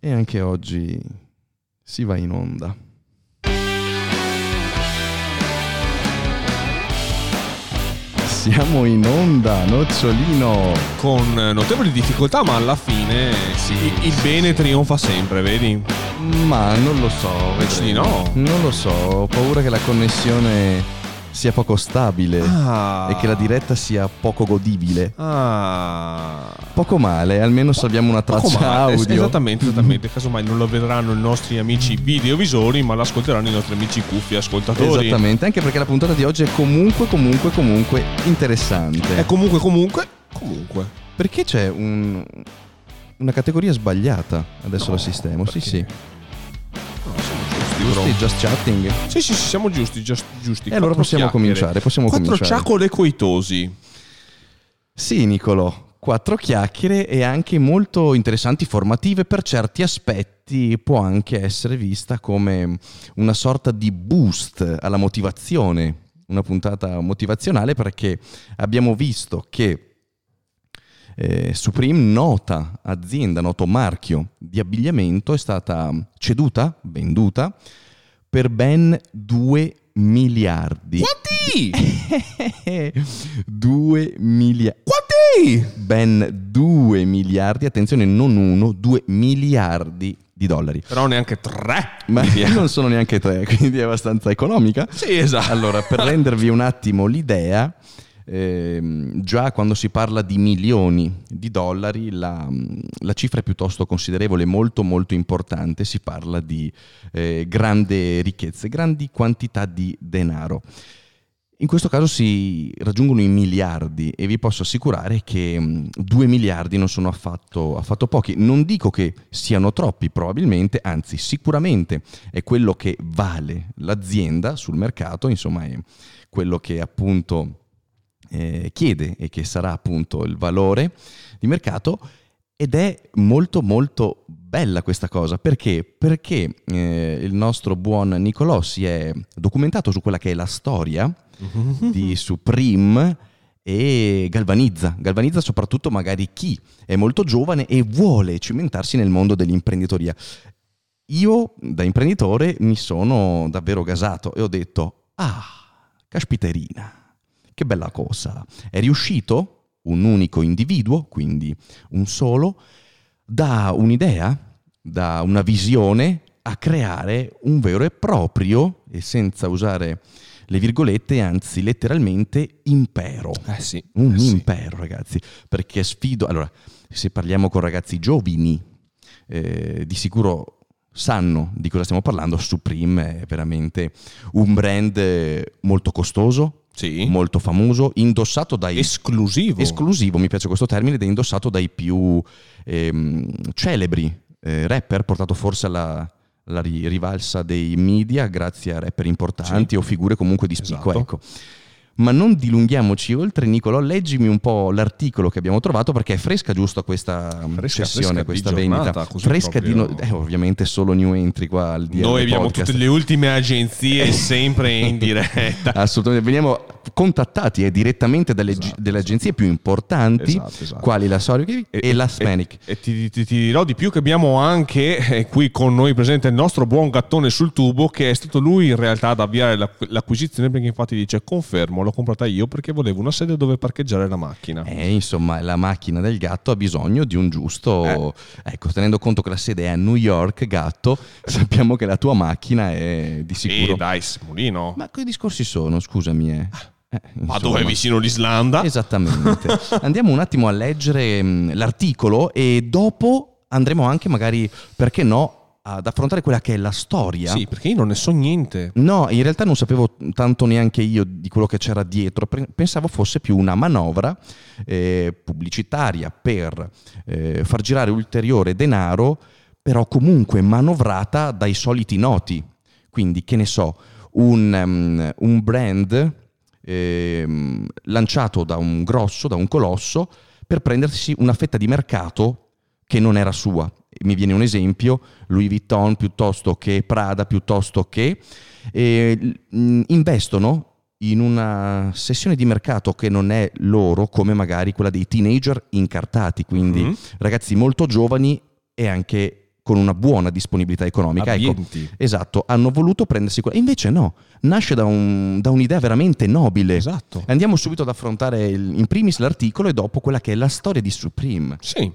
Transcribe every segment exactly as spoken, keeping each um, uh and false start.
E anche oggi si va in onda. Siamo in onda, Nocciolino. Con notevoli difficoltà, ma alla fine sì, il bene trionfa sempre, vedi? Ma non lo so, Sì, no. Non lo so, ho paura che la connessione sia poco stabile Ah. e che la diretta sia poco godibile. Ah. Poco male, almeno salviamo una Poco traccia male, audio. Esattamente, esattamente. Casomai non lo vedranno i nostri amici videovisori, ma l'ascolteranno i nostri amici cuffi ascoltatori. Esattamente, anche perché la puntata di oggi è comunque, comunque, comunque interessante. È comunque, comunque, comunque. Perché c'è un, una categoria sbagliata? Adesso No, la sistemo, sì perché? sì. No, siamo giusti, Giusti, bro. just chatting. Sì, sì, sì, siamo giusti, just, giusti. E allora Quattro possiamo chiacchiere. cominciare, possiamo Quattro cominciare. ciacole coitosi. Sì, Nicolò, quattro chiacchiere e anche molto interessanti, formative per certi aspetti. Può anche essere vista come una sorta di boost alla motivazione, una puntata motivazionale, perché abbiamo visto che eh, Supreme, nota azienda, noto marchio di abbigliamento, è stata ceduta, venduta per ben due miliardi. Quanti? due miliardi. Quanti? Ben due miliardi, attenzione, non uno, due miliardi di dollari. Però neanche tre. Ma non sono neanche tre, quindi è abbastanza economica. Sì, esatto. Allora, per rendervi un attimo l'idea, ehm, già quando si parla di milioni di dollari la, la cifra è piuttosto considerevole, molto molto importante. Si parla di eh, grande ricchezza, grandi quantità di denaro. In questo caso si raggiungono i miliardi e vi posso assicurare che mh, due miliardi non sono affatto, affatto pochi. Non dico che siano troppi, probabilmente, anzi sicuramente è quello che vale l'azienda sul mercato, insomma è quello che appunto eh, chiede e che sarà appunto il valore di mercato. Ed è molto molto bella questa cosa. Perché? Perché eh, il nostro buon Nicolò si è documentato su quella che è la storia di Supreme e galvanizza, galvanizza soprattutto magari chi è molto giovane e vuole cimentarsi nel mondo dell'imprenditoria. Io da imprenditore mi sono davvero gasato e ho detto: ah, caspiterina, che bella cosa. È riuscito un unico individuo, quindi un solo, da un'idea, da una visione, a creare un vero e proprio, e senza usare le virgolette, anzi letteralmente, impero. Eh sì. Un eh sì. impero, ragazzi. Perché sfido... Allora, se parliamo con ragazzi giovani, eh, di sicuro sanno di cosa stiamo parlando. Supreme è veramente un brand molto costoso, Sì. molto famoso, indossato dai... Esclusivo. Esclusivo, mi piace questo termine, ed è indossato dai più ehm, celebri eh, rapper, portato forse alla... la rivalsa dei media grazie a rapper importanti, sì, o figure comunque di spicco, esatto. ecco. Ma non dilunghiamoci oltre. Nicolò, leggimi un po' l'articolo che abbiamo trovato, perché è fresca giusto questa Fresca, sessione, fresca questa di vendita. giornata, così Fresca di no- proprio. eh, ovviamente solo new entry qua al D L Noi abbiamo Podcast. tutte le ultime agenzie sempre in diretta. Assolutamente, veniamo contattati eh, direttamente dalle, Esatto, dalle agenzie più importanti, Esatto, esatto. quali la Soric e, e la Smanic. E, e ti, ti, ti dirò di più che abbiamo anche eh, qui con noi presente il nostro buon gattone sul tubo, che è stato lui in realtà ad avviare la, l'acquisizione, perché infatti dice: confermo, l'ho comprata io perché volevo una sede dove parcheggiare la macchina. Eh, insomma, la macchina del gatto ha bisogno di un giusto... Eh. Ecco, tenendo conto che la sede è a New York, gatto, sappiamo che la tua macchina è di sicuro... Sì, dai, Simulino. Ma che discorsi sono, scusami? Eh. Eh, Ma insomma. dove è vicino l'Islanda? Esattamente. Andiamo un attimo a leggere mh, l'articolo e dopo andremo anche magari, perché no, ad affrontare quella che è la storia. Sì, perché io non ne so niente. No, in realtà non sapevo tanto neanche io di quello che c'era dietro. Pensavo fosse più una manovra eh, pubblicitaria per eh, far girare ulteriore denaro, però comunque manovrata dai soliti noti. Quindi, che ne so, un, um, un brand eh, lanciato da un grosso, da un colosso, per prendersi una fetta di mercato che non era sua. Mi viene un esempio: Louis Vuitton piuttosto che Prada, piuttosto che eh, investono in una sessione di mercato che non è loro, come magari quella dei teenager incartati, quindi mm-hmm. ragazzi molto giovani e anche con una buona disponibilità economica. Ecco, esatto, hanno voluto prendersi quella. Invece no, nasce da, un, da un'idea veramente nobile. Esatto. Andiamo subito ad affrontare il, in primis l'articolo e dopo quella che è la storia di Supreme. Sì.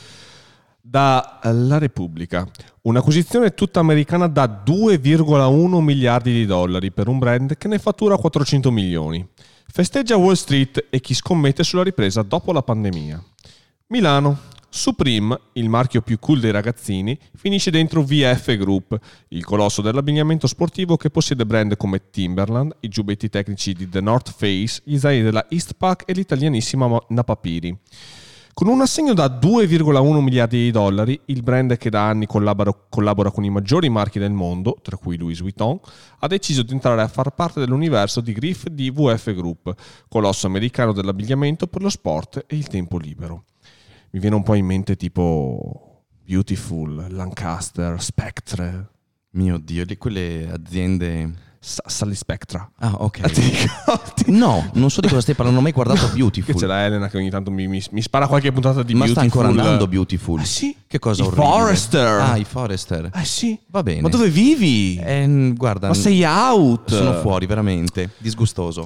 Da La Repubblica. Un'acquisizione tutta americana da due virgola uno miliardi di dollari per un brand che ne fattura quattrocento milioni. Festeggia Wall Street e chi scommette sulla ripresa dopo la pandemia. Milano. Supreme, il marchio più cool dei ragazzini, finisce dentro V F Group, il colosso dell'abbigliamento sportivo che possiede brand come Timberland, i giubbetti tecnici di The North Face, gli zaini della Eastpak e l'italianissima Napapiri. Con un assegno da due virgola uno miliardi di dollari, il brand che da anni collabora, collabora con i maggiori marchi del mondo, tra cui Louis Vuitton, ha deciso di entrare a far parte dell'universo di Griff di V F Group, colosso americano dell'abbigliamento per lo sport e il tempo libero. Mi viene un po' in mente tipo Beautiful, Lancaster, Spectre. Mio Dio, di quelle aziende... Sally Spectra. Ah, ok. No, non so di cosa stai parlando, non ho mai guardato Beautiful. Che c'è la Elena che ogni tanto mi, mi, mi spara qualche puntata di Ma Beautiful. Ma sta ancora andando Beautiful? Ah sì? Che cosa I orribile. Forester. Ah, i Forester. Ah sì? Va bene. Ma dove vivi? Eh, guarda. Ma sei out? Sono fuori, veramente. Disgustoso.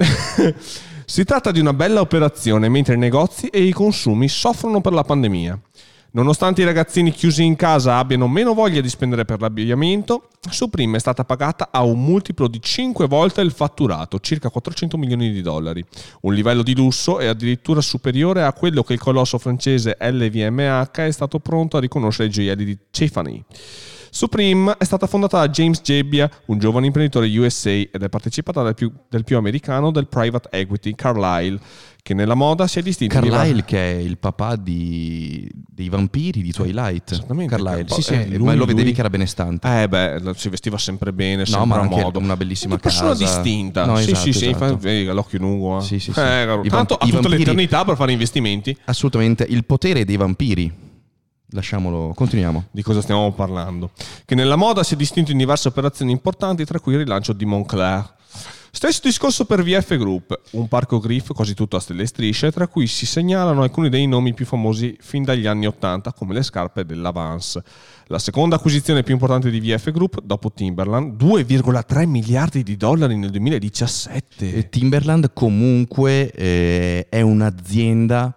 Si tratta di una bella operazione mentre i negozi e i consumi soffrono per la pandemia. Nonostante i ragazzini chiusi in casa abbiano meno voglia di spendere per l'abbigliamento, Supreme è stata pagata a un multiplo di cinque volte il fatturato, circa quattrocento milioni di dollari. Un livello di lusso è addirittura superiore a quello che il colosso francese L V M H è stato pronto a riconoscere ai gioielli di Tiffany. Supreme è stata fondata da James Jebbia, un giovane imprenditore U S A, ed è partecipata dal più, del più americano del private equity Carlyle, che nella moda si è distinto. Carlyle, di... che è il papà di... dei vampiri di Twilight. Esattamente. Carlyle, Car- sì, sì, eh, lui, ma lo vedevi lui... che era benestante. Eh beh, si vestiva sempre bene, sempre no, ma a anche modo. Una bellissima una persona casa. distinta. No, sì, esatto, sì, sì, esatto. Vedi, l'occhio lungo. Eh. Sì, sì, sì. Eh, I tanto vamp- ha tutta vampiri... l'eternità per fare investimenti. Assolutamente. Il potere dei vampiri. Lasciamolo, continuiamo. Di cosa stiamo parlando? Che nella moda si è distinto in diverse operazioni importanti, tra cui il rilancio di Moncler. Stesso discorso per V F Group, un parco Griff quasi tutto a stelle e strisce, tra cui si segnalano alcuni dei nomi più famosi fin dagli anni ottanta, come le scarpe della Vans. La seconda acquisizione più importante di V F Group, dopo Timberland, due virgola tre miliardi di dollari nel duemiladiciassette. E Timberland comunque eh, è un'azienda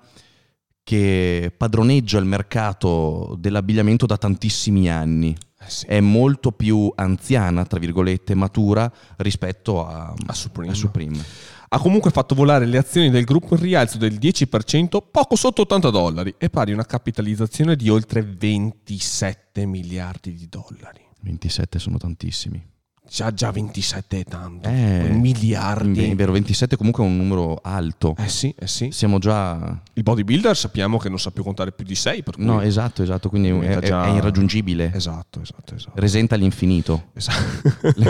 che padroneggia il mercato dell'abbigliamento da tantissimi anni. Eh sì. È molto più anziana, tra virgolette, matura rispetto a, a, Supreme. a Supreme. Ha comunque fatto volare le azioni del gruppo in rialzo del dieci per cento, poco sotto ottanta dollari, e pari a una capitalizzazione di oltre ventisette miliardi di dollari. ventisette sono tantissimi. Già, già ventisette è tanto. Eh, miliardi. È vero, ventisette comunque è un numero alto. Eh sì, eh sì. Siamo già... Il bodybuilder sappiamo che non sa più contare più di sei. Per cui no, esatto, esatto. Quindi è, già... è irraggiungibile. Esatto, esatto, esatto. Resenta all'infinito. Esatto.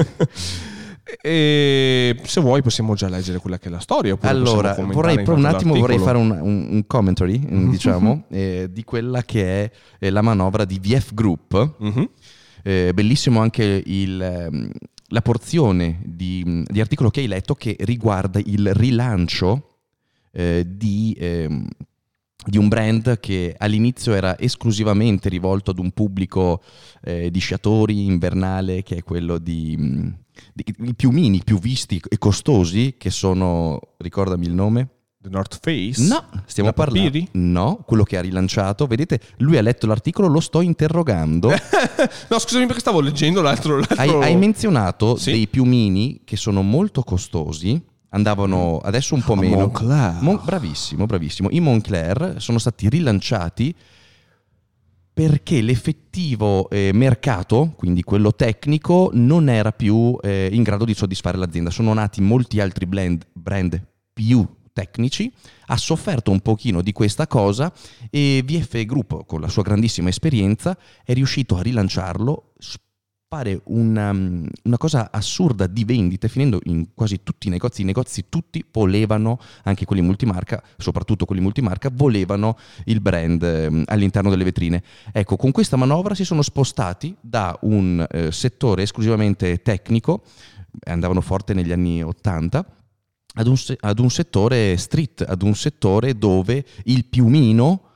E se vuoi possiamo già leggere quella che è la storia. Allora, vorrei un attimo vorrei fare un, un, un commentary, diciamo, eh, di quella che è eh, la manovra di V F Group. Mm-hmm. Eh, bellissimo anche il, la porzione di, di articolo che hai letto che riguarda il rilancio eh, di, eh, di un brand che all'inizio era esclusivamente rivolto ad un pubblico eh, di sciatori invernale, che è quello di, di i piumini più visti e costosi, che sono, ricordami il nome? The North Face? No, stiamo parlando. No, quello che ha rilanciato. Vedete, lui ha letto l'articolo, lo sto interrogando. No, scusami perché stavo leggendo l'altro. l'altro... Hai, hai menzionato sì? dei piumini che sono molto costosi. Andavano adesso un po' meno. Moncler. Mon- bravissimo, bravissimo. I Moncler sono stati rilanciati perché l'effettivo eh, mercato, quindi quello tecnico, non era più eh, in grado di soddisfare l'azienda. Sono nati molti altri blend, brand più tecnici, ha sofferto un pochino di questa cosa e V F Group, con la sua grandissima esperienza, è riuscito a rilanciarlo, fare una, una cosa assurda di vendite, finendo in quasi tutti i negozi. I negozi tutti volevano, anche quelli multimarca, soprattutto quelli multimarca, volevano il brand eh, all'interno delle vetrine. Ecco, con questa manovra si sono spostati da un eh, settore esclusivamente tecnico, andavano forte negli anni ottanta, Ad un, ad un settore street, ad un settore dove il piumino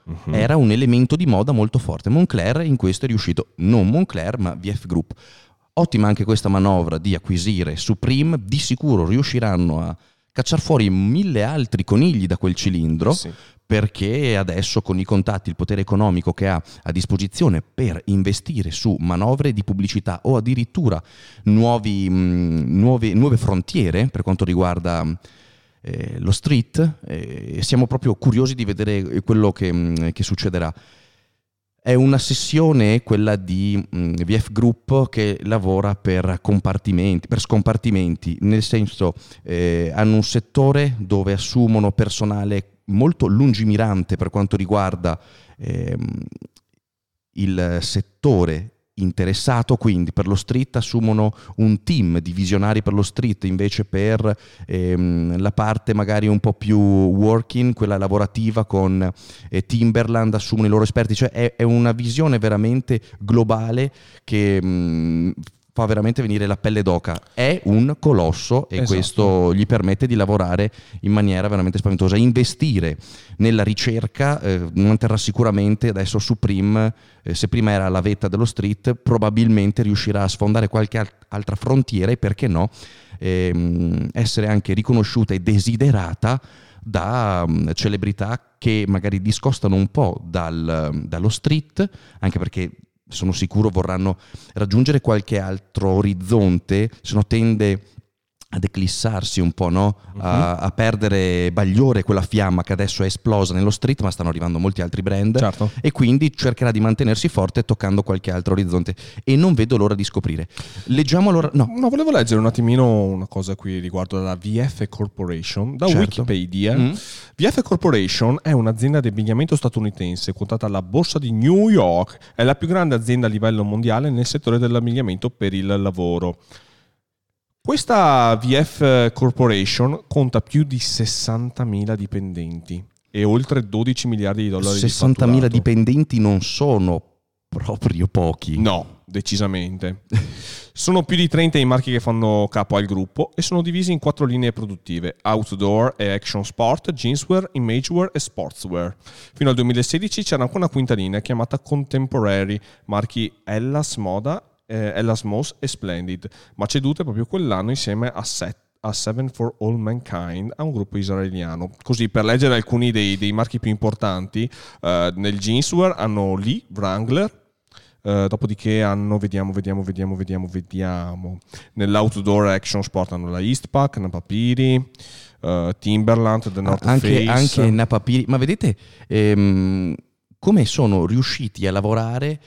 uh-huh. era un elemento di moda molto forte. Moncler in questo è riuscito, non Moncler ma V F Group. Ottima anche questa manovra di acquisire Supreme, di sicuro riusciranno a cacciare fuori mille altri conigli da quel cilindro, sì. perché adesso con i contatti, il potere economico che ha a disposizione per investire su manovre di pubblicità o addirittura nuovi, mh, nuove, nuove frontiere per quanto riguarda eh, lo street, eh, siamo proprio curiosi di vedere quello che, mh, che succederà. È una sessione, quella di mh, V F Group, che lavora per compartimenti, per scompartimenti, nel senso eh, hanno un settore dove assumono personale molto lungimirante per quanto riguarda eh, il settore interessato, quindi per lo street assumono un team di visionari per lo street, invece per ehm, la parte magari un po' più working, quella lavorativa con eh, Timberland assumono i loro esperti, cioè è, è una visione veramente globale che mh, fa veramente venire la pelle d'oca. È un colosso e esatto. questo gli permette di lavorare in maniera veramente spaventosa, investire nella ricerca, eh, manterrà sicuramente adesso Supreme, eh, se prima era la vetta dello street, probabilmente riuscirà a sfondare qualche al- altra frontiera e perché no ehm, essere anche riconosciuta e desiderata da um, celebrità che magari discostano un po' dal, dallo street, anche perché sono sicuro vorranno raggiungere qualche altro orizzonte, se no tende ad eclissarsi un po', no? Uh-huh. A, a perdere bagliore quella fiamma che adesso è esplosa nello street, ma stanno arrivando molti altri brand, certo. e quindi cercherà di mantenersi forte toccando qualche altro orizzonte e non vedo l'ora di scoprire. Leggiamo allora, no. No, volevo leggere un attimino una cosa qui riguardo la V F Corporation, da certo. Wikipedia. Mm. V F Corporation è un'azienda di abbigliamento statunitense quotata alla borsa di New York, è la più grande azienda a livello mondiale nel settore dell'abbigliamento per il lavoro. Questa V F Corporation conta più di sessantamila dipendenti e oltre dodici miliardi di dollari sessantamila di fatturato. Dipendenti non sono proprio pochi. No, decisamente. Sono più di trenta i marchi che fanno capo al gruppo e sono divisi in quattro linee produttive: outdoor e action sport, jeanswear, imagewear e sportswear. Fino al duemilasedici c'era anche una quinta linea chiamata Contemporary, marchi Ellas Moda, Eh, Ellas Moss e Splendid, ma cedute proprio quell'anno insieme a, Set, a Seven for All Mankind, a un gruppo israeliano. Così, per leggere alcuni dei, dei marchi più importanti, eh, nel jeanswear hanno Lee, Wrangler, eh, dopodiché hanno, vediamo, vediamo, vediamo, vediamo, vediamo, nell'outdoor action sport hanno la Eastpak, Napapiri, eh, Timberland, The North anche, Face. Anche Napapiri, ma vedete ehm, come sono riusciti a lavorare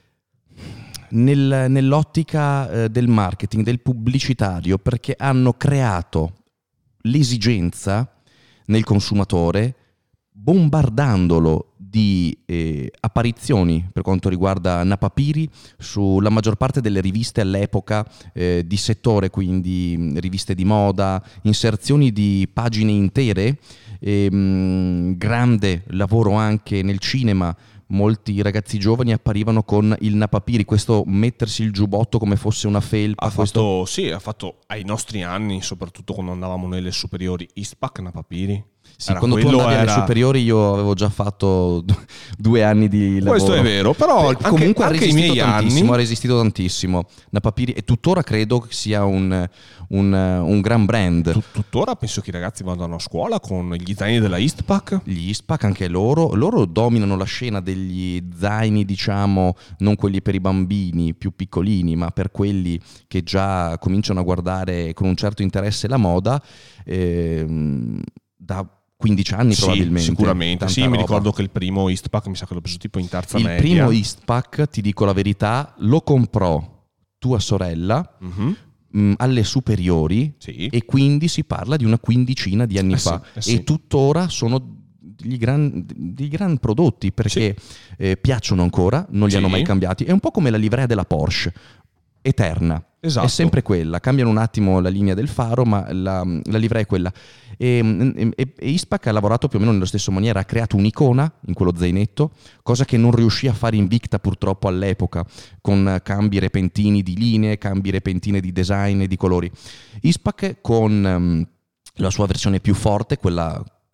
Nel, nell'ottica eh, del marketing, del pubblicitario, perché hanno creato l'esigenza nel consumatore bombardandolo di eh, apparizioni per quanto riguarda Napapiri sulla maggior parte delle riviste all'epoca eh, di settore, quindi riviste di moda, inserzioni di pagine intere, eh, mh, grande lavoro anche nel cinema. Molti ragazzi giovani apparivano con il Napapiri, questo mettersi il giubbotto come fosse una felpa. Ha questo... fatto, sì, ha fatto ai nostri anni, soprattutto quando andavamo nelle superiori, Eastpak, Napapiri. Sì, era quando tu andavi era... alle superiori io avevo già fatto due anni di lavoro. Questo è vero, però Beh, comunque anche, ha resistito anche i miei tantissimo, anni... ha resistito tantissimo. Napapiri, e tuttora credo che sia un, un, un gran brand. Tut- tuttora penso che i ragazzi vadano a scuola con gli zaini della Eastpak. Gli Eastpak anche loro, loro dominano la scena degli zaini, diciamo, non quelli per i bambini più piccolini, ma per quelli che già cominciano a guardare con un certo interesse la moda, ehm, da quindici anni sì, probabilmente. Sicuramente, sì, roba. Mi ricordo che il primo Eastpak mi sa che l'ho preso tipo in terza il media. Il primo Eastpak, ti dico la verità, lo comprò tua sorella mm-hmm. mh, alle superiori, sì. E quindi si parla di una quindicina di anni eh fa sì, eh sì. E tuttora sono degli gran, dei gran prodotti perché sì. eh, piacciono ancora, non li sì. hanno mai cambiati. È un po' come la livrea della Porsche, eterna. Esatto. È sempre quella, cambiano un attimo la linea del faro, ma la, la livrea è quella. E, e, e Eastpak ha lavorato più o meno nella stessa maniera, ha creato un'icona in quello zainetto, cosa che non riuscì a fare Invicta purtroppo all'epoca, con cambi repentini di linee, cambi repentini di design e di colori. Eastpak con um, la sua versione più forte, quella, quella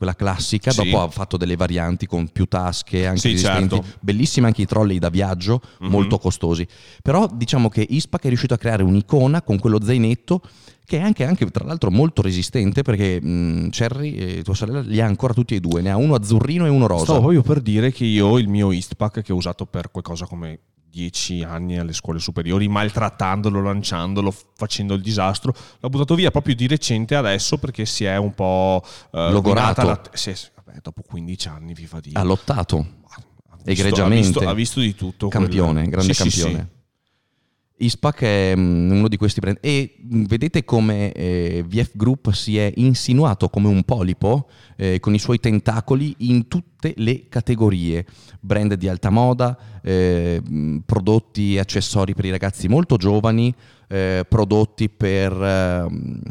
quella classica, Sì. dopo ha fatto delle varianti con più tasche anche Sì, resistenti, certo. bellissime anche i trolley da viaggio, Mhm. molto costosi, però diciamo che Ispac è riuscito a creare un'icona con quello zainetto che è anche, anche tra l'altro molto resistente, perché mh, Cherry e tua sorella li ha ancora tutti e due, ne ha uno azzurrino e uno rosa. Stavo proprio per dire che io il mio Eastpak, che ho usato per qualcosa come dieci anni alle scuole superiori, maltrattandolo, lanciandolo, facendo il disastro, l'ho buttato via proprio di recente adesso perché si è un po' eh, Logorato. rovinata la- sì, sì, vabbè, dopo quindici anni vi fa dire. Ha lottato Ha visto- egregiamente. Ha visto, ha visto di tutto. Campione, quel- grande Sì, sì, campione. sì. Ispac è mm, uno di questi brand e mm, vedete come eh, V F Group si è insinuato come un polipo eh, con i suoi tentacoli in tutte le categorie, brand di alta moda, eh, mm, prodotti e accessori per i ragazzi molto giovani, eh, prodotti per eh,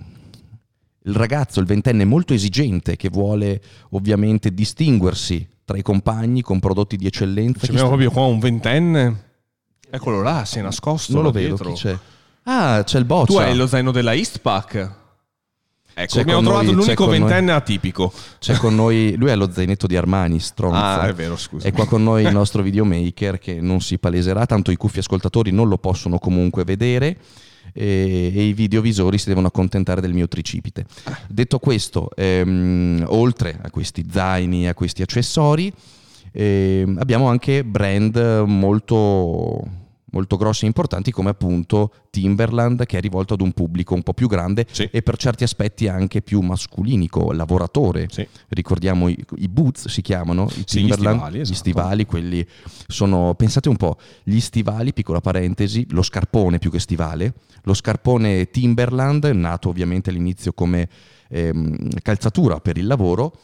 il ragazzo, il ventenne molto esigente che vuole ovviamente distinguersi tra i compagni con prodotti di eccellenza. Chi Abbiamo sta- proprio qua un ventenne. Eccolo là, si è nascosto. Non lo là vedo, dietro. chi c'è? Ah, c'è il Boccia. Tu hai lo zaino della Eastpak. Ecco, C'è abbiamo con trovato noi- l'unico c'è con noi- ventenne atipico. C'è con noi, lui è lo zainetto di Armani, stronza. Ah, è vero, scusa. È qua con noi il nostro videomaker che non si paleserà, tanto i cuffi ascoltatori non lo possono comunque vedere e, e i videovisori si devono accontentare del mio tricipite. Detto questo, ehm, oltre a questi zaini, a questi accessori, ehm, abbiamo anche brand molto... molto grossi e importanti come appunto Timberland, che è rivolto ad un pubblico un po' più grande Sì. e per certi aspetti anche più masculinico, lavoratore. Sì. Ricordiamo i, i boots si chiamano, i Sì, gli Timberland, stivali, esatto. gli stivali, quelli sono, pensate un po', gli stivali, piccola parentesi, lo scarpone più che stivale, lo scarpone Timberland, nato ovviamente all'inizio come ehm, calzatura per il lavoro,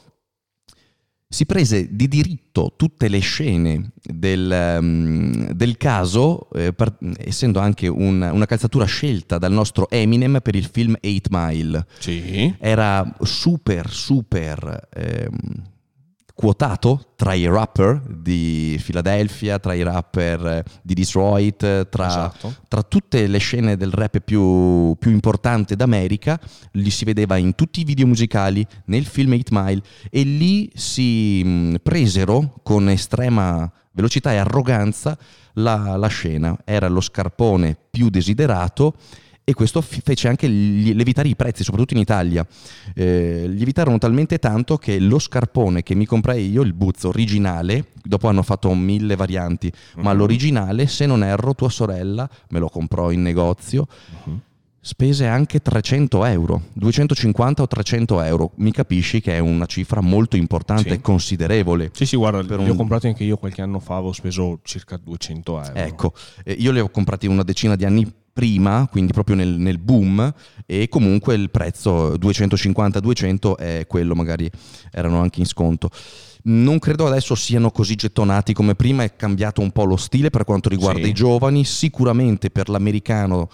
si prese di diritto tutte le scene del, um, del caso, eh, per, essendo anche un, una calzatura scelta dal nostro Eminem per il film Eight Mile. Sì. Era super, super ehm, quotato tra i rapper di Philadelphia, tra i rapper eh, di Detroit, eh, tra, Esatto. tra tutte le scene del rap più, più importante d'America. Li si vedeva in tutti i video musicali, nel film Eight Mile, e lì si mh, presero con estrema velocità e arroganza la, la scena. Era lo scarpone più desiderato e questo f- fece anche gli- lievitare i prezzi, soprattutto in Italia. Eh, lievitarono talmente tanto che lo scarpone che mi comprai io, il Boots originale, dopo hanno fatto mille varianti, ma Mhm. l'originale, se non erro, tua sorella me lo comprò in negozio, Mhm. spese anche trecento euro, duecentocinquanta o trecento euro. Mi capisci che è una cifra molto importante Sì. e considerevole. Sì, sì, guarda, Per li un- ho comprati anche io qualche anno fa, avevo speso circa duecento euro. Ecco, eh, io li ho comprati una decina di anni prima, quindi proprio nel, nel boom, e comunque il prezzo duecentocinquanta duecento è quello, magari erano anche in sconto. Non credo adesso siano così gettonati come prima, è cambiato un po' lo stile per quanto riguarda Sì. i giovani, sicuramente per l'americano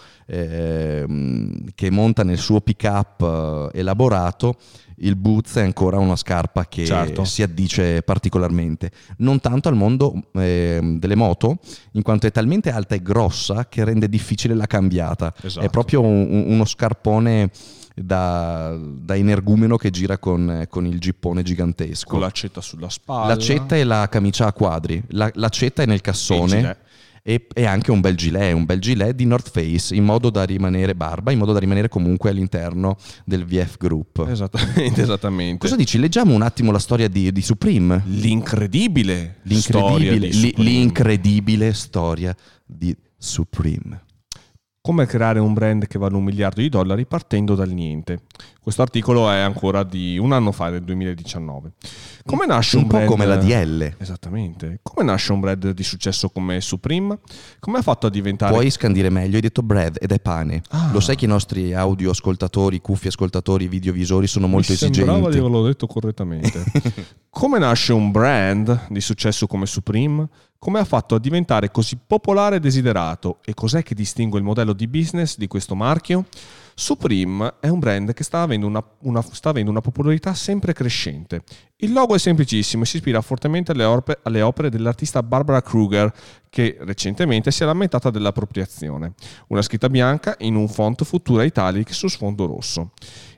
ehm, che monta nel suo pick-up eh, elaborato, il Boots è ancora una scarpa che Certo. si addice particolarmente, non tanto al mondo ehm, delle moto, in quanto è talmente alta e grossa che rende difficile la cambiata. Esatto. È proprio un- un- uno scarpone da, da energumeno che gira con, con il gippone gigantesco. Con l'accetta sulla spalla. L'accetta e la camicia a quadri. La, l'accetta è nel E il cassone gilet. e, e anche un bel gilet, un bel gilet di North Face, in modo da rimanere barba, in modo da rimanere comunque all'interno del V F Group. Esattamente, esattamente. Cosa dici? Leggiamo un attimo la storia di, di Supreme. L'incredibile storia L'incredibile, di li- Supreme. l'incredibile storia di Supreme. Come creare un brand che vale un miliardo di dollari partendo dal niente. Questo articolo è ancora di un anno fa, del duemiladiciannove. Come nasce un, Un po' brand... come la D L. Esattamente. Come nasce un brand di successo come Supreme? Come ha fatto a diventare... Puoi scandire meglio, hai detto bread ed è pane. Ah. Lo sai che i nostri audio ascoltatori, cuffi ascoltatori, videovisori sono molto Mi sembrava di esigenti. averlo detto correttamente. Come nasce un brand di successo come Supreme? Come ha fatto a diventare così popolare e desiderato? E cos'è che distingue il modello di business di questo marchio? Supreme è un brand che sta avendo una, una, sta avendo una popolarità sempre crescente. Il logo è semplicissimo e si ispira fortemente alle, orpe, alle opere dell'artista Barbara Kruger, che recentemente si è lamentata dell'appropriazione. Una scritta bianca in un font Futura Italic su sfondo rosso.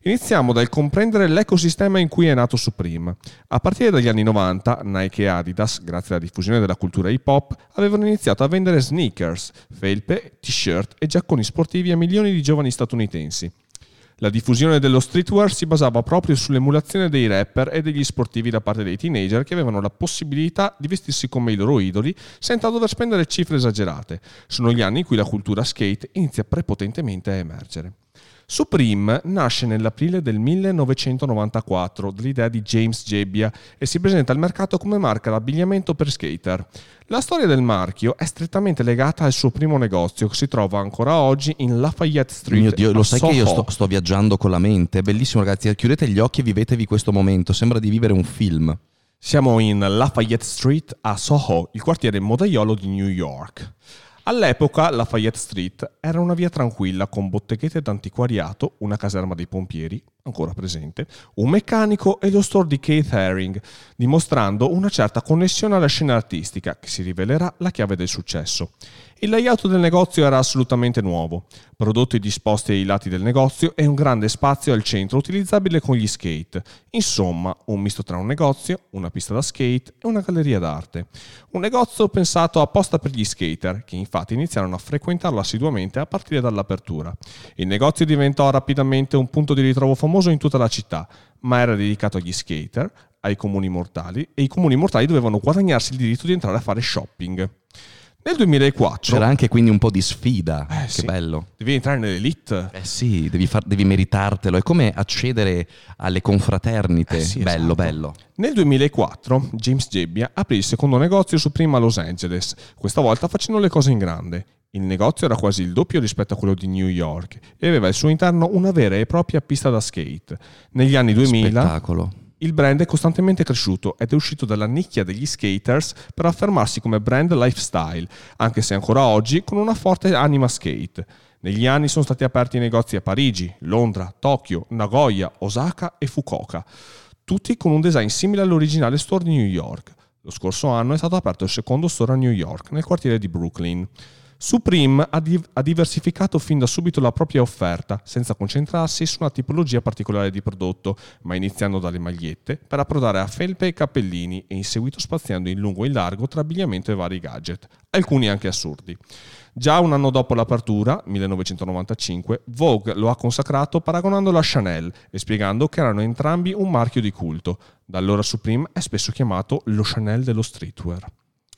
Iniziamo dal comprendere l'ecosistema in cui è nato Supreme. A partire dagli anni novanta, Nike e Adidas, grazie alla diffusione della cultura hip hop, avevano iniziato a vendere sneakers, felpe, t-shirt e giacconi sportivi a milioni di giovani statunitensi. La diffusione dello streetwear si basava proprio sull'emulazione dei rapper e degli sportivi da parte dei teenager che avevano la possibilità di vestirsi come i loro idoli senza dover spendere cifre esagerate. Sono gli anni in cui la cultura skate inizia prepotentemente a emergere. Supreme nasce nell'aprile del millenovecentonovantaquattro dall'idea di James Jebbia e si presenta al mercato come marca d'abbigliamento per skater. La storia del marchio è strettamente legata al suo primo negozio che si trova ancora oggi in Lafayette Street. Mio Dio, lo sai Soho. che io sto, sto viaggiando con la mente, è bellissimo ragazzi, chiudete gli occhi e vivetevi questo momento, sembra di vivere un film. Siamo in Lafayette Street a Soho, il quartiere modaiolo di New York. All'epoca Lafayette Street era una via tranquilla con botteghette d'antiquariato, una caserma dei pompieri, ancora presente, un meccanico e lo store di Keith Haring, dimostrando una certa connessione alla scena artistica che si rivelerà la chiave del successo. Il layout del negozio era assolutamente nuovo, prodotti disposti ai lati del negozio e un grande spazio al centro utilizzabile con gli skate. Insomma, un misto tra un negozio, una pista da skate e una galleria d'arte. Un negozio pensato apposta per gli skater, che infatti iniziarono a frequentarlo assiduamente a partire dall'apertura. Il negozio diventò rapidamente un punto di ritrovo famoso in tutta la città, ma era dedicato agli skater, ai comuni mortali, e i comuni mortali dovevano guadagnarsi il diritto di entrare a fare shopping. Nel duemilaquattro C'era anche quindi un po' di sfida, eh, che sì. bello. Devi entrare nell'elite. Eh sì, devi, far, devi meritartelo, è come accedere alle confraternite, Eh sì, bello esatto. bello. Nel duemilaquattro James Jebbia aprì il secondo negozio Supreme a Los Angeles, questa volta facendo le cose in grande. Il negozio era quasi il doppio rispetto a quello di New York e aveva al suo interno una vera e propria pista da skate. Negli anni duemila Spettacolo. il brand è costantemente cresciuto ed è uscito dalla nicchia degli skaters per affermarsi come brand lifestyle, anche se ancora oggi con una forte anima skate. Negli anni sono stati aperti negozi a Parigi, Londra, Tokyo, Nagoya, Osaka e Fukuoka, tutti con un design simile all'originale store di New York. Lo scorso anno è stato aperto il secondo store a New York, nel quartiere di Brooklyn. Supreme ha, div- ha diversificato fin da subito la propria offerta, senza concentrarsi su una tipologia particolare di prodotto, ma iniziando dalle magliette per approdare a felpe e cappellini e in seguito spaziando in lungo e in largo tra abbigliamento e vari gadget, alcuni anche assurdi. Già un anno dopo l'apertura, millenovecentonovantacinque, Vogue lo ha consacrato paragonandolo a Chanel e spiegando che erano entrambi un marchio di culto. Da allora Supreme è spesso chiamato lo Chanel dello streetwear.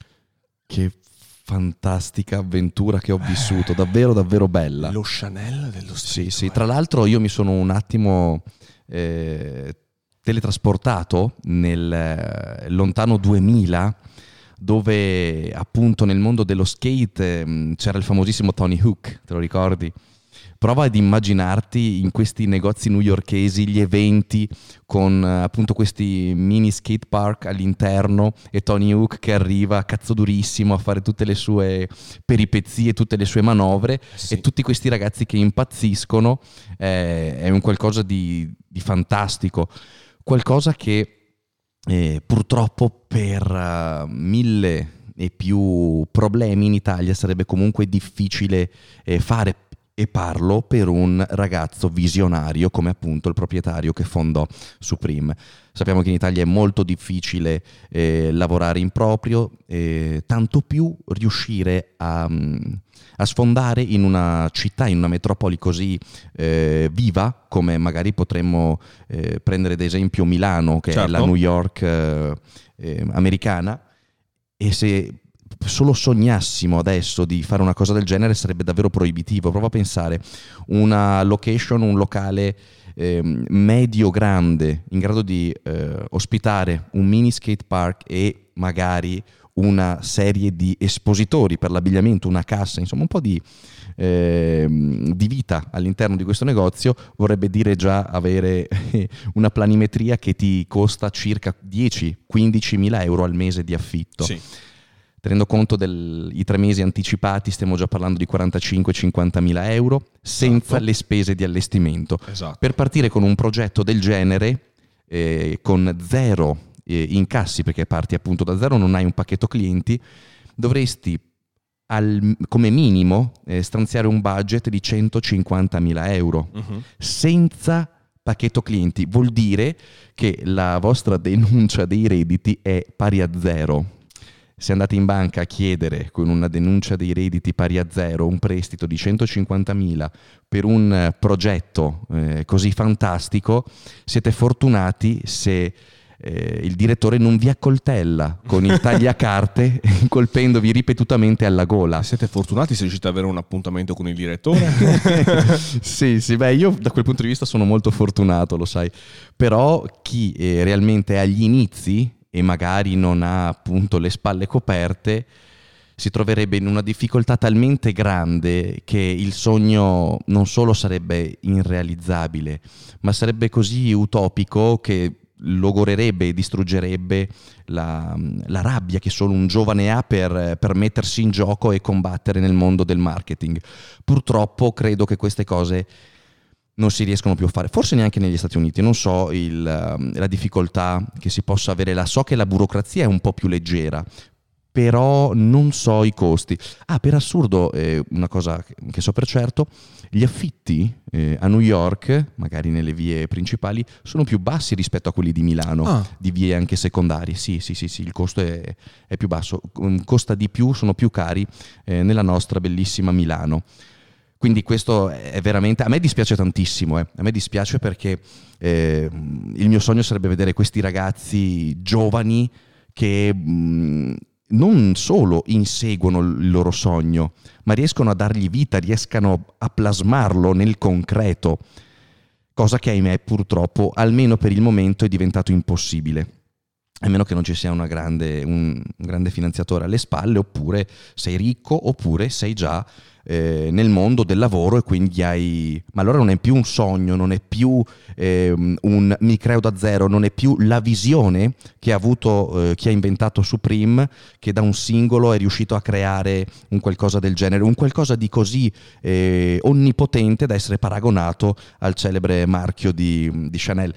Che fantastica avventura che ho vissuto, davvero davvero bella. Lo Chanel dello streetwear. Sì, sì, tra l'altro io mi sono un attimo eh, teletrasportato nel eh, lontano duemila, dove appunto nel mondo dello skate eh, c'era il famosissimo Tony Hawk, te lo ricordi? Prova ad immaginarti in questi negozi newyorkesi gli eventi con eh, appunto questi mini skate park all'interno e Tony Hawk che arriva cazzo durissimo a fare tutte le sue peripezie, tutte le sue manovre, sì. E tutti questi ragazzi che impazziscono. Eh, è un qualcosa di, di fantastico, qualcosa che eh, purtroppo per uh, mille e più problemi in Italia sarebbe comunque difficile eh, fare. E parlo per un ragazzo visionario come appunto il proprietario che fondò Supreme. Sappiamo che in Italia è molto difficile eh, lavorare in proprio, eh, tanto più riuscire a, a sfondare in una città, in una metropoli così eh, viva come magari potremmo eh, prendere ad esempio Milano, che certo. è la New York eh, eh, americana, e se solo sognassimo adesso di fare una cosa del genere sarebbe davvero proibitivo. Prova a pensare una location, un locale eh, medio grande in grado di eh, ospitare un mini skate park e magari una serie di espositori per l'abbigliamento, una cassa, insomma un po' di, eh, di vita all'interno di questo negozio vorrebbe dire già avere una planimetria che ti costa circa dieci quindici mila euro al mese di affitto. Sì. Tenendo conto dei tre mesi anticipati, stiamo già parlando di quarantacinque cinquanta mila euro, senza esatto. le spese di allestimento. Esatto. Per partire con un progetto del genere, eh, con zero eh, incassi, perché parti appunto da zero, non hai un pacchetto clienti, dovresti al, come minimo eh, stanziare un budget di centocinquantamila euro, uh-huh. senza pacchetto clienti, vuol dire che la vostra denuncia dei redditi è pari a zero. Se andate in banca a chiedere con una denuncia dei redditi pari a zero un prestito di centocinquantamila per un progetto eh, così fantastico, siete fortunati se eh, il direttore non vi accoltella con il tagliacarte colpendovi ripetutamente alla gola. Siete fortunati se riuscite ad avere un appuntamento con il direttore? Sì, sì, beh, io da quel punto di vista sono molto fortunato, lo sai. Però chi eh, realmente è agli inizi e magari non ha appunto le spalle coperte, si troverebbe in una difficoltà talmente grande che il sogno non solo sarebbe irrealizzabile, ma sarebbe così utopico che logorerebbe e distruggerebbe la, la rabbia che solo un giovane ha per, per mettersi in gioco e combattere nel mondo del marketing. Purtroppo credo che queste cose non si riescono più a fare, forse neanche negli Stati Uniti, non so il, la difficoltà che si possa avere là, so che la burocrazia è un po' più leggera, però non so i costi. Ah, per assurdo, eh, una cosa che so per certo, gli affitti eh, a New York, magari nelle vie principali, sono più bassi rispetto a quelli di Milano, ah. di vie anche secondarie, sì, sì, sì, sì, il costo è, è più basso, costa di più, sono più cari eh, nella nostra bellissima Milano. Quindi questo è veramente, a me dispiace tantissimo, eh. a me dispiace perché eh, il mio sogno sarebbe vedere questi ragazzi giovani che mh, non solo inseguono il loro sogno, ma riescono a dargli vita, riescano a plasmarlo nel concreto, cosa che ahimè purtroppo, almeno per il momento, è diventato impossibile. A meno che non ci sia una grande, un, un grande finanziatore alle spalle, oppure sei ricco, oppure sei già eh, nel mondo del lavoro e quindi hai... Ma allora non è più un sogno, non è più eh, un mi creo da zero, non è più la visione che ha avuto eh, chi ha inventato Supreme, che da un singolo è riuscito a creare un qualcosa del genere, un qualcosa di così eh, onnipotente da essere paragonato al celebre marchio di, di Chanel.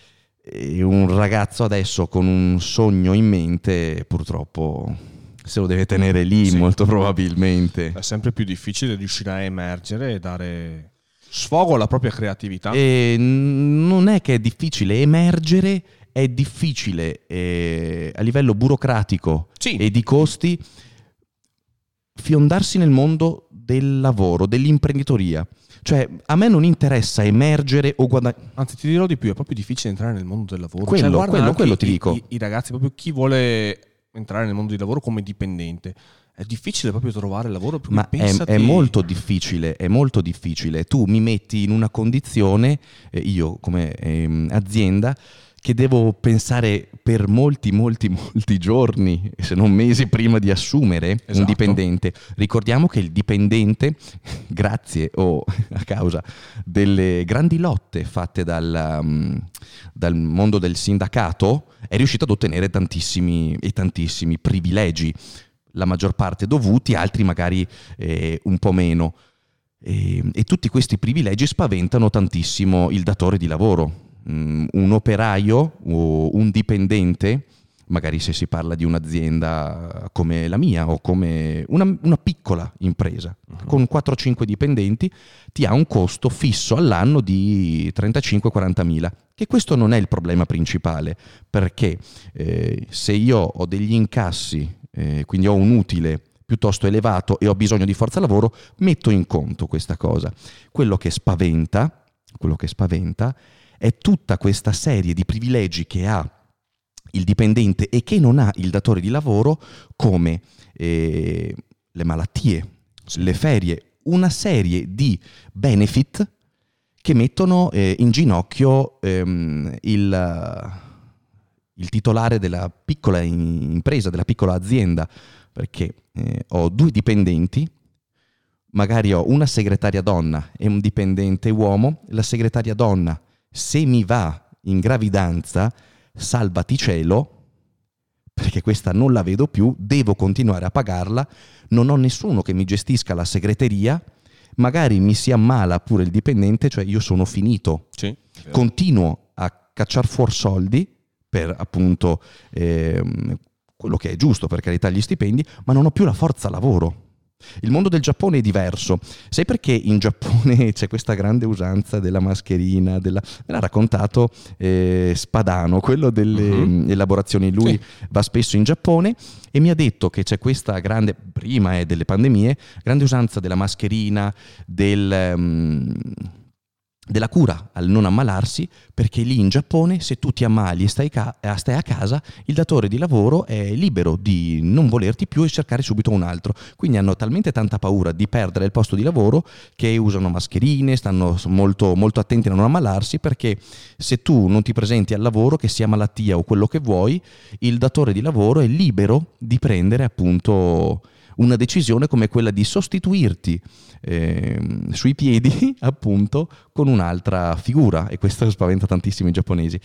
E un ragazzo adesso con un sogno in mente purtroppo se lo deve tenere lì, sì, molto probabilmente. È sempre più difficile riuscire a emergere e dare sfogo alla propria creatività. E non è che è difficile emergere, è difficile eh, a livello burocratico, sì, e di costi fiondarsi nel mondo del lavoro, dell'imprenditoria. Cioè, a me non interessa emergere o guadagnare. Anzi, ti dirò di più, è proprio difficile entrare nel mondo del lavoro. Quello, cioè, guarda, quello, quello ti i, dico. I, I ragazzi, proprio chi vuole entrare nel mondo del lavoro come dipendente, è difficile proprio trovare lavoro. Ma è, è molto difficile, è molto difficile. Tu mi metti in una condizione, eh, io come ehm, azienda, che devo pensare per molti, molti, molti giorni, se non mesi, prima di assumere, esatto, un dipendente. Ricordiamo che il dipendente, grazie o a causa delle grandi lotte fatte dal, um, dal mondo del sindacato, è riuscito ad ottenere tantissimi e tantissimi privilegi, la maggior parte dovuti, altri magari eh, un po' meno. E, e tutti questi privilegi spaventano tantissimo il datore di lavoro. Un operaio o un dipendente, magari se si parla di un'azienda come la mia o come una, una piccola impresa, uh-huh, con quattro cinque dipendenti, ti ha un costo fisso all'anno di trentacinque quaranta mila, che questo non è il problema principale, perché eh, se io ho degli incassi, eh, quindi ho un utile piuttosto elevato e ho bisogno di forza lavoro, metto in conto questa cosa. Quello che spaventa, quello che spaventa è tutta questa serie di privilegi che ha il dipendente e che non ha il datore di lavoro, come eh, le malattie, sì, le ferie, una serie di benefit che mettono eh, in ginocchio ehm, il, il titolare della piccola impresa, della piccola azienda, perché eh, ho due dipendenti, magari ho una segretaria donna e un dipendente uomo. La segretaria donna, se mi va in gravidanza, salvati cielo, perché questa non la vedo più, devo continuare a pagarla, non ho nessuno che mi gestisca la segreteria, magari mi si ammala pure il dipendente, cioè io sono finito. Sì, continuo a cacciar fuori soldi per appunto eh, quello che è giusto, per carità, gli stipendi, ma non ho più la forza lavoro. Il mondo del Giappone è diverso. Sai perché in Giappone c'è questa grande usanza della mascherina? Della... Me l'ha raccontato eh, Spadano, quello delle uh-huh. elaborazioni. Lui sì. va spesso in Giappone e mi ha detto che c'è questa grande, prima eh, delle pandemie, grande usanza della mascherina, del... Um, della cura al non ammalarsi, perché lì in Giappone se tu ti ammali e stai, ca- stai a casa, il datore di lavoro è libero di non volerti più e cercare subito un altro. Quindi hanno talmente tanta paura di perdere il posto di lavoro che usano mascherine, stanno molto, molto attenti a non ammalarsi, perché se tu non ti presenti al lavoro, che sia malattia o quello che vuoi, il datore di lavoro è libero di prendere appunto una decisione come quella di sostituirti eh, sui piedi appunto con un'altra figura, e questo spaventa tantissimo i giapponesi.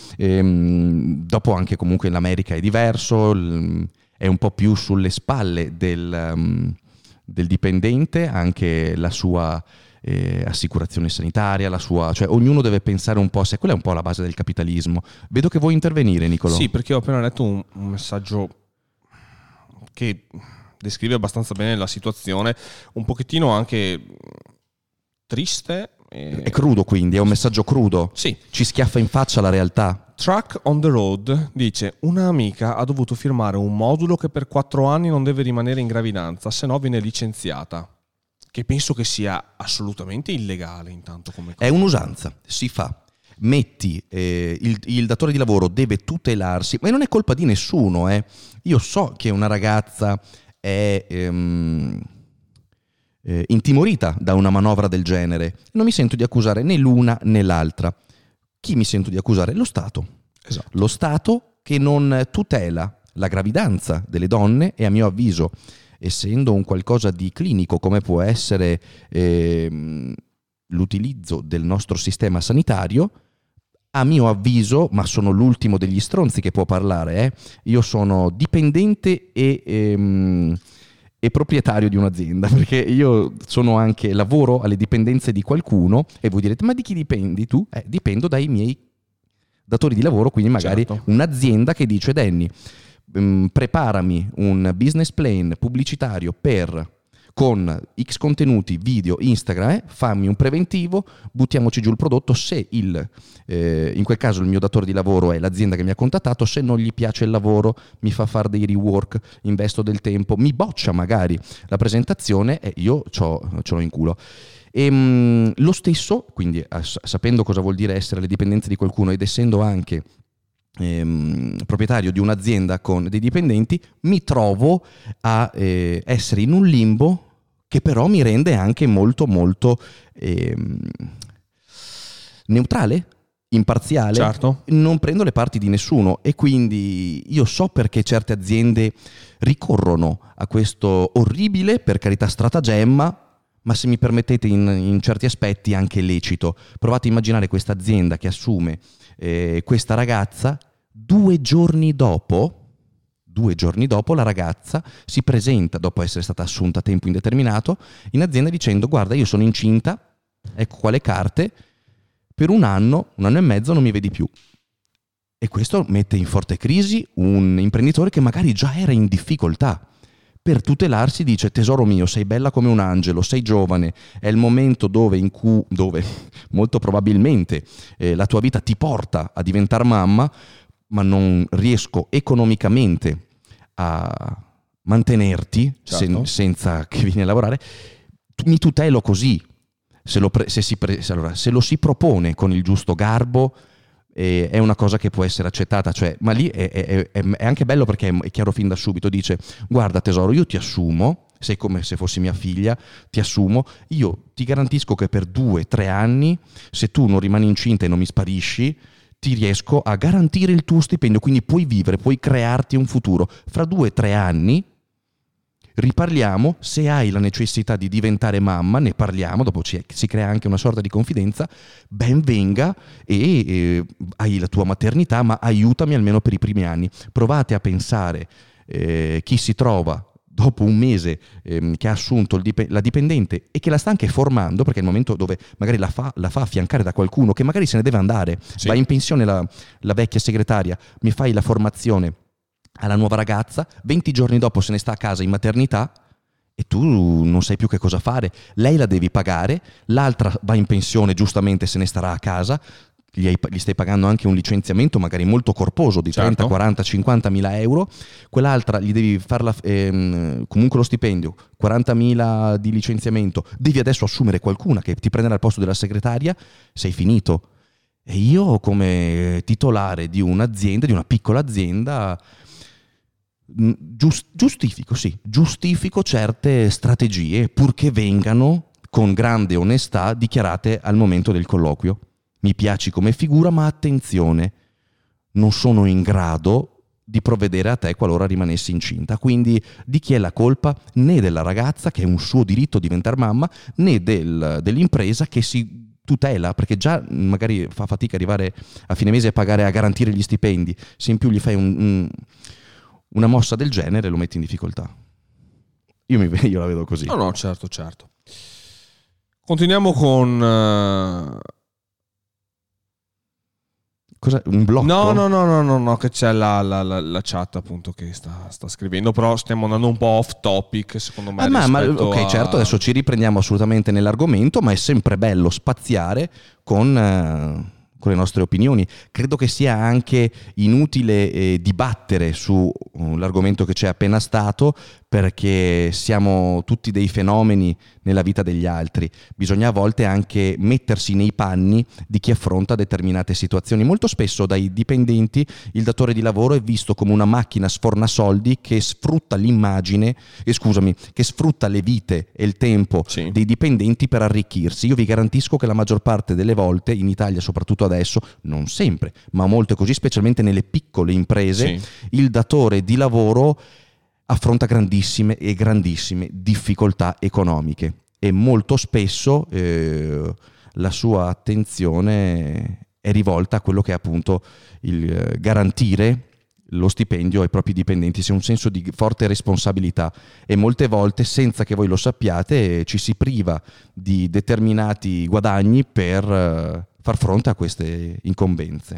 E, dopo anche comunque l'America è diverso, è un po' più sulle spalle del, um, del dipendente anche la sua eh, assicurazione sanitaria, la sua, cioè ognuno deve pensare un po', se quella è un po' la base del capitalismo. Vedo che vuoi intervenire, Nicolò. Sì, perché ho appena letto un, un messaggio che descrive abbastanza bene la situazione, un pochettino anche triste. E... È crudo, quindi, è un messaggio crudo. Sì. Ci schiaffa in faccia la realtà. Truck on the Road dice: una amica ha dovuto firmare un modulo che per quattro anni non deve rimanere in gravidanza, se no viene licenziata. Che penso che sia assolutamente illegale, intanto come cosa. È un'usanza, si fa. Metti, eh, il, il datore di lavoro deve tutelarsi, ma non è colpa di nessuno. Eh. Io so che una ragazza è ehm, eh, intimorita da una manovra del genere. Non mi sento di accusare né l'una né l'altra. Chi mi sento di accusare? Lo Stato. Esatto. Lo Stato che non tutela la gravidanza delle donne e, a mio avviso, essendo un qualcosa di clinico come può essere ehm, l'utilizzo del nostro sistema sanitario, a mio avviso, ma sono l'ultimo degli stronzi che può parlare, eh, io sono dipendente e, ehm, e proprietario di un'azienda, perché io sono anche, lavoro alle dipendenze di qualcuno, e voi direte, ma di chi dipendi tu? Eh, dipendo dai miei datori di lavoro, quindi magari certo. un'azienda che dice: Danny, ehm, preparami un business plan pubblicitario per... con X contenuti, video, Instagram, eh, fammi un preventivo, buttiamoci giù il prodotto. Se il, eh, in quel caso il mio datore di lavoro è l'azienda che mi ha contattato, se non gli piace il lavoro, mi fa fare dei rework, investo del tempo, mi boccia magari la presentazione e io c'ho, ce l'ho in culo. E, mh, lo stesso, quindi eh, sapendo cosa vuol dire essere le dipendenze di qualcuno ed essendo anche Ehm, proprietario di un'azienda con dei dipendenti, mi trovo a eh, essere in un limbo che però mi rende anche molto molto ehm, neutrale, imparziale. Certo. Non prendo le parti di nessuno, e quindi io so perché certe aziende ricorrono a questo orribile, per carità, stratagemma, ma se mi permettete in, in certi aspetti anche lecito. Provate a immaginare questa azienda che assume eh, questa ragazza, due giorni dopo, due giorni dopo la ragazza si presenta, dopo essere stata assunta a tempo indeterminato, in azienda dicendo: guarda, io sono incinta, ecco qua le carte, per un anno, un anno e mezzo non mi vedi più. E questo mette in forte crisi un imprenditore che magari già era in difficoltà. Per tutelarsi dice: tesoro mio, sei bella come un angelo, sei giovane, è il momento dove, in cui, dove molto probabilmente eh, la tua vita ti porta a diventare mamma, ma non riesco economicamente a mantenerti, certo. sen- senza che vieni a lavorare, mi tutelo così. Se lo, pre- se si pre- se allora, se lo si propone con il giusto garbo, eh, è una cosa che può essere accettata, cioè, ma lì è, è, è, è anche bello perché è, è chiaro fin da subito. Dice: guarda tesoro, io ti assumo, sei come se fossi mia figlia, ti assumo, io ti garantisco che per due, tre anni, se tu non rimani incinta e non mi sparisci, ti riesco a garantire il tuo stipendio, quindi puoi vivere, puoi crearti un futuro. Fra due, tre anni riparliamo, se hai la necessità di diventare mamma, ne parliamo, dopo ci, si crea anche una sorta di confidenza, ben venga, e eh, hai la tua maternità, ma aiutami almeno per i primi anni. Provate a pensare eh, chi si trova dopo un mese ehm, che ha assunto il dip- la dipendente e che la sta anche formando, perché è il momento dove magari la fa, la fa affiancare da qualcuno che magari se ne deve andare, sì. Va in pensione la, la vecchia segretaria, mi fai la formazione alla nuova ragazza, venti giorni dopo se ne sta a casa in maternità e tu non sai più che cosa fare. Lei la devi pagare, l'altra va in pensione, giustamente se ne starà a casa, gli, hai, gli stai pagando anche un licenziamento magari molto corposo di certo. trenta, quaranta, cinquanta mila euro, quell'altra gli devi farla ehm, comunque lo stipendio, quarantamila di licenziamento, devi adesso assumere qualcuna che ti prenderà il posto della segretaria, sei finito. E io come titolare di un'azienda, di una piccola azienda, giustifico, sì, giustifico certe strategie purché vengano con grande onestà dichiarate al momento del colloquio. Mi piaci come figura, ma attenzione, non sono in grado di provvedere a te qualora rimanessi incinta. Quindi di chi è la colpa? Né della ragazza, che è un suo diritto diventare mamma, né del, dell'impresa che si tutela, perché già magari fa fatica arrivare a fine mese a pagare, a garantire gli stipendi. Se in più gli fai un, un, una mossa del genere, lo metti in difficoltà. Io, mi, io la vedo così. No, no, certo, certo. Continuiamo con... Uh... Cosa? Un blocco? No, no, no, no, no, no, che c'è la, la, la, la chat appunto che sta, sta scrivendo, però stiamo andando un po' off topic secondo me. Ah, ma, ma, ok, a... certo, adesso ci riprendiamo assolutamente nell'argomento, ma è sempre bello spaziare con... Uh... con le nostre opinioni. Credo che sia anche inutile eh, dibattere sull'argomento che c'è appena stato, perché siamo tutti dei fenomeni nella vita degli altri. Bisogna a volte anche mettersi nei panni di chi affronta determinate situazioni. Molto spesso dai dipendenti il datore di lavoro è visto come una macchina sfornasoldi che sfrutta l'immagine, eh, scusami, che sfrutta le vite e il tempo sì. dei dipendenti per arricchirsi. Io vi garantisco che la maggior parte delle volte, in Italia soprattutto adesso, non sempre, ma molto così, specialmente nelle piccole imprese, sì. il datore di lavoro affronta grandissime e grandissime difficoltà economiche e molto spesso eh, la sua attenzione è rivolta a quello che è appunto il eh, garantire lo stipendio ai propri dipendenti. C'è un senso di forte responsabilità e molte volte, senza che voi lo sappiate, ci si priva di determinati guadagni per eh, far fronte a queste incombenze.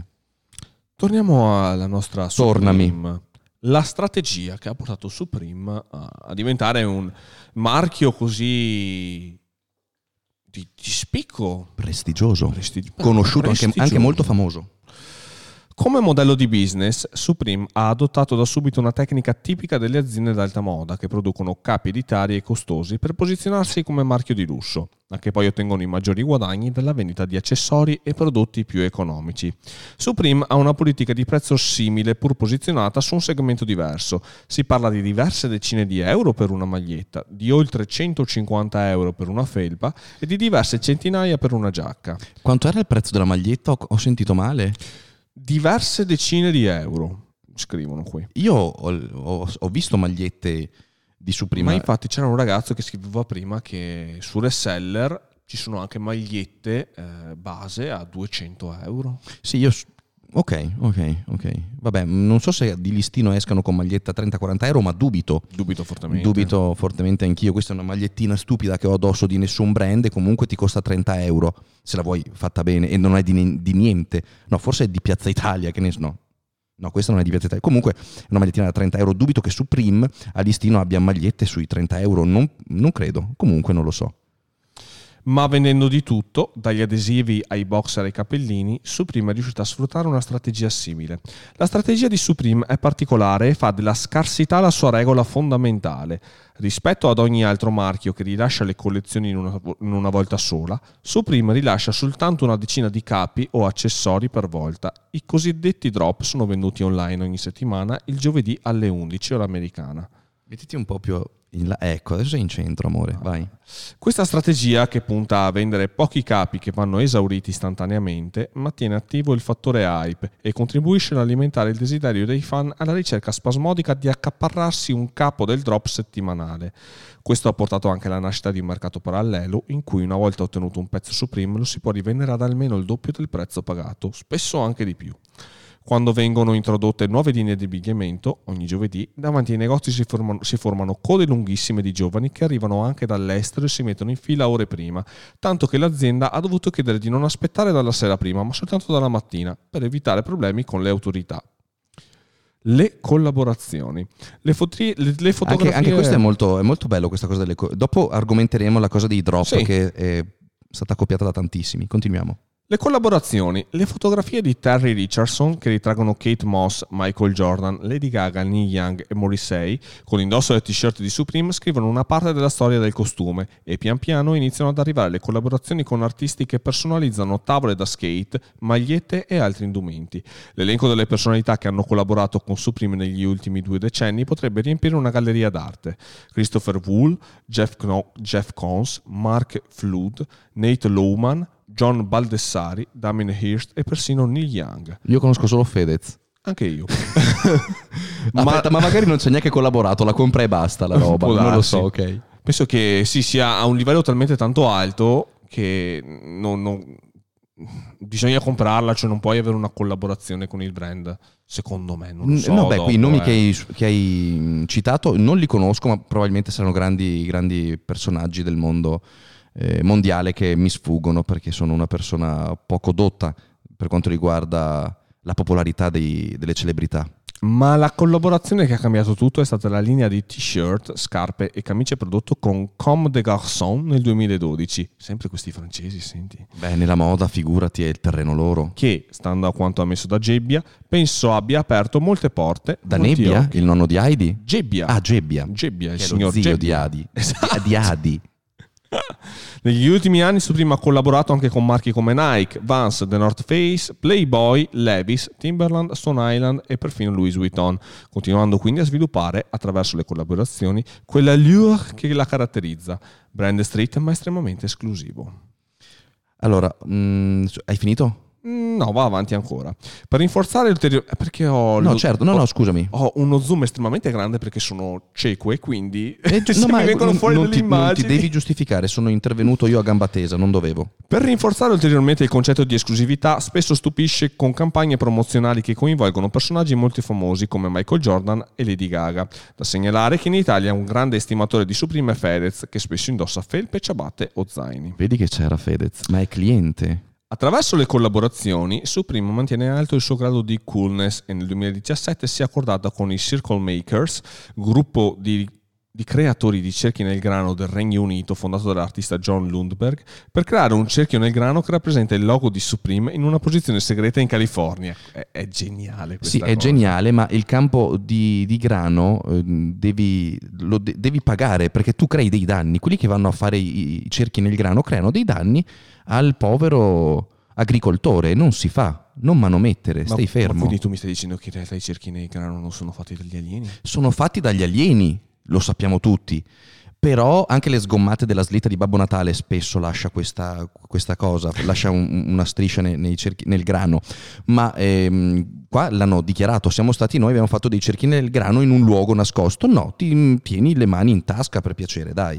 Torniamo alla nostra Supreme. Tornami. La strategia che ha portato Supreme a, a diventare un marchio così di, di spicco. Prestigioso. Prestig- Conosciuto, prestigioso. Anche, anche molto famoso. Come modello di business, Supreme ha adottato da subito una tecnica tipica delle aziende d'alta moda che producono capi elitari e costosi per posizionarsi come marchio di lusso, ma che poi ottengono i maggiori guadagni dalla vendita di accessori e prodotti più economici. Supreme ha una politica di prezzo simile pur posizionata su un segmento diverso. Si parla di diverse decine di euro per una maglietta, di oltre centocinquanta euro per una felpa e di diverse centinaia per una giacca. Quanto era il prezzo della maglietta? Ho, ho sentito male? Diverse decine di euro, scrivono qui. Io ho, ho, ho visto magliette di Supreme. Ma infatti c'era un ragazzo che scriveva prima che su Reseller ci sono anche magliette eh, base a duecento euro. Sì, io... Ok, ok, ok. Vabbè, non so se di listino escano con maglietta trenta quaranta euro, ma dubito. Dubito fortemente. Dubito fortemente anch'io. Questa è una magliettina stupida che ho addosso di nessun brand e comunque ti costa trenta euro, se la vuoi fatta bene, e non è di, di niente. No, forse è di Piazza Italia, che ne so. No. No, questa non è di Piazza Italia. Comunque è una magliettina da trenta euro. Dubito che Supreme a listino abbia magliette sui trenta euro. Non, non credo. Comunque non lo so. Ma vendendo di tutto, dagli adesivi ai boxer ai cappellini, Supreme è riuscita a sfruttare una strategia simile. La strategia di Supreme è particolare e fa della scarsità la sua regola fondamentale. Rispetto ad ogni altro marchio che rilascia le collezioni in una, in una volta sola, Supreme rilascia soltanto una decina di capi o accessori per volta. I cosiddetti drop sono venduti online ogni settimana il giovedì alle undici ora americana. Mettiti un po' più in là. Ecco, adesso sei in centro, amore, vai. Questa strategia, che punta a vendere pochi capi che vanno esauriti istantaneamente, mantiene attivo il fattore hype e contribuisce ad alimentare il desiderio dei fan alla ricerca spasmodica di accaparrarsi un capo del drop settimanale. Questo ha portato anche alla nascita di un mercato parallelo in cui, una volta ottenuto un pezzo Supreme, lo si può rivendere ad almeno il doppio del prezzo pagato, spesso anche di più. Quando vengono introdotte nuove linee di abbigliamento, ogni giovedì, davanti ai negozi si formano, si formano code lunghissime di giovani che arrivano anche dall'estero e si mettono in fila ore prima, tanto che l'azienda ha dovuto chiedere di non aspettare dalla sera prima, ma soltanto dalla mattina, per evitare problemi con le autorità. Le collaborazioni, le, fotri- le, le fotografie. Anche, anche questo è molto, è molto bello, questa cosa delle co- dopo argomenteremo la cosa dei drop, Sì. che è stata copiata da tantissimi. Continuiamo. Le collaborazioni, le fotografie di Terry Richardson che ritraggono Kate Moss, Michael Jordan, Lady Gaga, Neil Young e Morrissey con l'indosso del t-shirt di Supreme scrivono una parte della storia del costume e pian piano iniziano ad arrivare le collaborazioni con artisti che personalizzano tavole da skate, magliette e altri indumenti. L'elenco delle personalità che hanno collaborato con Supreme negli ultimi due decenni potrebbe riempire una galleria d'arte. Christopher Wool, Jeff, Kno- Jeff Koons, Mark Flood, Nate Lowman, John Baldessari, Damien Hirst e persino Neil Young. Io conosco solo Fedez. Anche io. ma, Aspetta, ma magari non c'è neanche collaborato, la compra e basta la roba, non lo so, ok. Penso che sì, sia a un livello talmente tanto alto che non, non, bisogna comprarla, cioè non puoi avere una collaborazione con il brand, secondo me, non lo so. No, beh, dopo, qui i nomi eh. che, hai, che hai citato non li conosco, ma probabilmente saranno grandi, grandi personaggi del mondo eh, mondiale che mi sfuggono perché sono una persona poco dotta per quanto riguarda la popolarità dei, delle celebrità. Ma la collaborazione che ha cambiato tutto è stata la linea di t-shirt, scarpe e camicie prodotto con Comme des Garçons nel duemiladodici. Sempre questi francesi, senti. Beh, nella moda, figurati, è il terreno loro. Che, stando a quanto ammesso da Gebbia, penso abbia aperto molte porte. Da Nebbia? occhi. Il nonno di Heidi? Gebbia. Ah, Gebbia. Gebbia, il che è signor lo zio Gebbia. di Adi. Esatto. Di Adi. Negli ultimi anni Supreme ha collaborato anche con marchi come Nike, Vans, The North Face, Playboy, Levi's, Timberland, Stone Island e perfino Louis Vuitton, continuando quindi a sviluppare attraverso le collaborazioni quell'allure che la caratterizza, brand street ma estremamente esclusivo. Allora, mh, hai finito? No, va avanti ancora. Per rinforzare ulteriormente, perché ho, No, lo- certo, no, ho, no, scusami. ho uno zoom estremamente grande perché sono cieco e quindi Eh, se no, ma mi vengono non, fuori non delle ti, non ti immagini. devi giustificare, sono intervenuto io a gamba tesa, non dovevo. Per rinforzare ulteriormente il concetto di esclusività, spesso stupisce con campagne promozionali che coinvolgono personaggi molto famosi come Michael Jordan e Lady Gaga. Da segnalare che in Italia un grande estimatore di Supreme è Fedez, che spesso indossa felpe, ciabatte o zaini. Vedi che c'era Fedez, ma è cliente. Attraverso le collaborazioni, Supreme mantiene alto il suo grado di coolness e nel duemiladiciassette si è accordata con i Circle Makers, gruppo di, di creatori di cerchi nel grano del Regno Unito fondato dall'artista John Lundberg, per creare un cerchio nel grano che rappresenta il logo di Supreme in una posizione segreta in California. È, è geniale questa Sì, cosa. è geniale, ma il campo di, di grano eh, devi, lo de- devi pagare perché tu crei dei danni. Quelli che vanno a fare i, i cerchi nel grano creano dei danni al povero agricoltore. Non si fa, non manomettere, Ma- stai fermo. Ma quindi tu mi stai dicendo che in realtà i cerchi nel grano non sono fatti dagli alieni? Sono fatti dagli alieni, lo sappiamo tutti. Però anche le sgommate della slitta di Babbo Natale spesso lascia questa, questa cosa, lascia un- una striscia nei, nei cerchi, nel grano. Ma ehm, qua l'hanno dichiarato, siamo stati noi, abbiamo fatto dei cerchi nel grano in un luogo nascosto. No, ti tieni le mani in tasca per piacere, dai.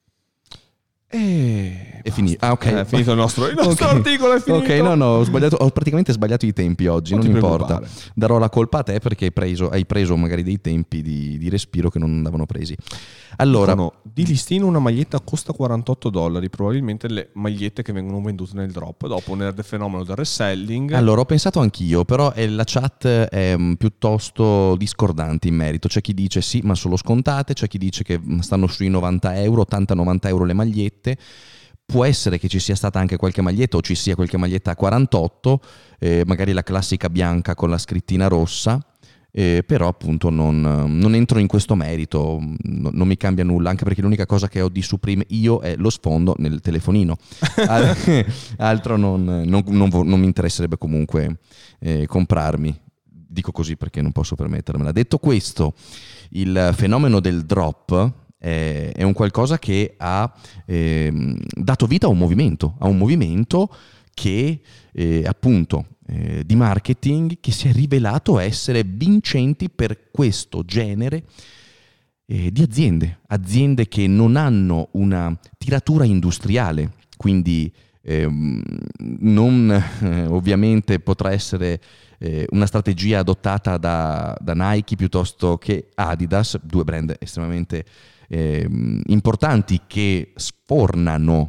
E È finito. Ah, ok. È finito il nostro, il nostro Ok. articolo, è finito. Ok, no, no, ho, sbagliato, ho praticamente sbagliato i tempi oggi, Non non, ti importa. preoccupare. Darò la colpa a te perché hai preso, hai preso magari dei tempi di, di respiro che non andavano presi. Allora, Dicono, di listino una maglietta costa quarantotto dollari, probabilmente le magliette che vengono vendute nel drop. Dopo nel fenomeno del reselling. allora, ho pensato anch'io, però eh, la chat è mm, piuttosto discordante in merito. C'è chi dice sì, ma solo scontate, c'è chi dice che mm, stanno sui novanta euro, ottanta novanta euro le magliette. Può essere che ci sia stata anche qualche maglietta o ci sia qualche maglietta a quarantotto, eh, magari la classica bianca con la scrittina rossa, eh, però appunto non, non entro in questo merito, no- non mi cambia nulla, anche perché l'unica cosa che ho di Supreme io è lo sfondo nel telefonino. Al- Altro non, non- non vo- non mi interesserebbe comunque eh, comprarmi. Dico così perché non posso permettermela. Detto questo, il fenomeno del drop eh, è un qualcosa che ha ehm, dato vita a un movimento, a un movimento che eh, appunto eh, di marketing che si è rivelato essere vincenti per questo genere eh, di aziende, aziende che non hanno una tiratura industriale, quindi ehm, non eh, ovviamente potrà essere eh, una strategia adottata da, da Nike piuttosto che Adidas, due brand estremamente ehm, importanti che sfornano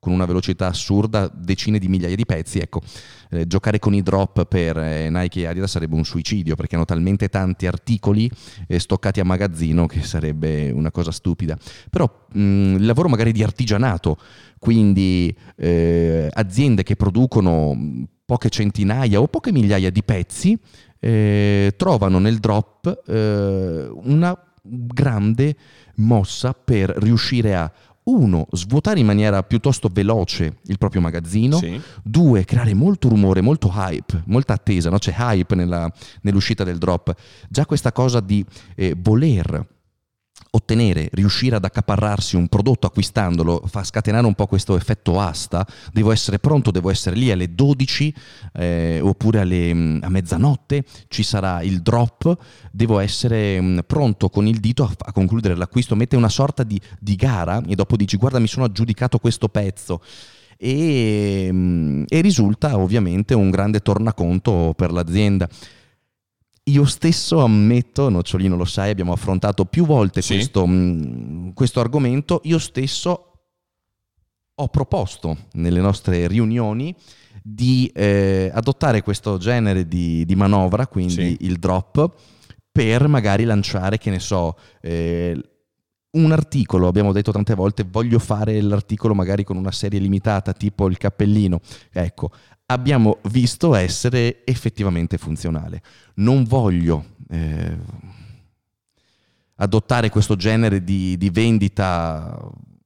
con una velocità assurda, decine di migliaia di pezzi. Ecco, eh, giocare con i drop per eh, Nike e Adidas sarebbe un suicidio, perché hanno talmente tanti articoli eh, stoccati a magazzino che sarebbe una cosa stupida. Però mh, il lavoro magari di artigianato, quindi eh, aziende che producono poche centinaia o poche migliaia di pezzi, eh, trovano nel drop eh, una grande mossa per riuscire a uno, svuotare in maniera piuttosto veloce il proprio magazzino, Sì. due, creare molto rumore, molto hype, molta attesa, no? C'è hype nella, nell'uscita del drop. Già questa cosa di eh, voler ottenere, riuscire ad accaparrarsi un prodotto acquistandolo fa scatenare un po' questo effetto asta. Devo essere pronto, devo essere lì alle dodici eh, oppure alle, a mezzanotte ci sarà il drop, devo essere mh, pronto con il dito a, a concludere l'acquisto. Mette una sorta di, di gara e dopo dici guarda mi sono aggiudicato questo pezzo. E, mh, e risulta ovviamente un grande tornaconto per l'azienda. Io stesso ammetto, Nocciolino lo sai, abbiamo affrontato più volte Sì. questo, mh, questo argomento, io stesso ho proposto nelle nostre riunioni di eh, adottare questo genere di, di manovra, quindi Sì. il drop, per magari lanciare, che ne so, eh, un articolo. Abbiamo detto tante volte voglio fare l'articolo magari con una serie limitata, tipo il cappellino. Ecco, abbiamo visto essere effettivamente funzionale. Non voglio eh, adottare questo genere di, di vendita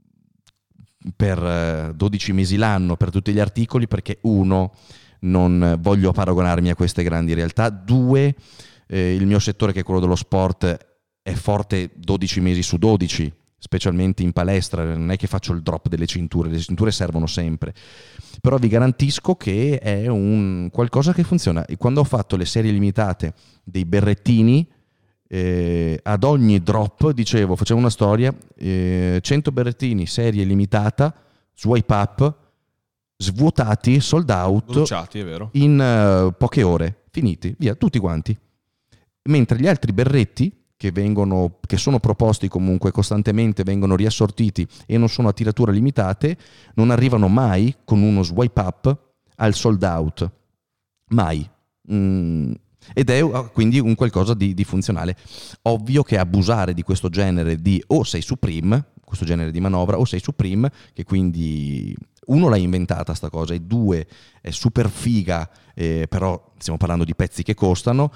per dodici mesi l'anno per tutti gli articoli, perché uno, non voglio paragonarmi a queste grandi realtà, due, eh, il mio settore, che è quello dello sport, è forte dodici mesi su dodici, specialmente in palestra. Non è che faccio il drop delle cinture, le cinture servono sempre, però vi garantisco che è un qualcosa che funziona. E quando ho fatto le serie limitate dei berrettini, eh, ad ogni drop dicevo, facevo una storia, eh, cento berrettini, serie limitata, swipe up, svuotati, sold out, Bruciati, è vero. in uh, poche ore, finiti, via, tutti quanti. Mentre gli altri berretti che vengono, che sono proposti comunque costantemente, vengono riassortiti e non sono a tiratura limitate, non arrivano mai con uno swipe up al sold out, mai. Mm. Ed è quindi un qualcosa di, di funzionale. Ovvio che abusare di questo genere di o sei Supreme, questo genere di manovra, o sei Supreme, che quindi uno l'ha inventata sta cosa, e due è super figa, eh, però stiamo parlando di pezzi che costano,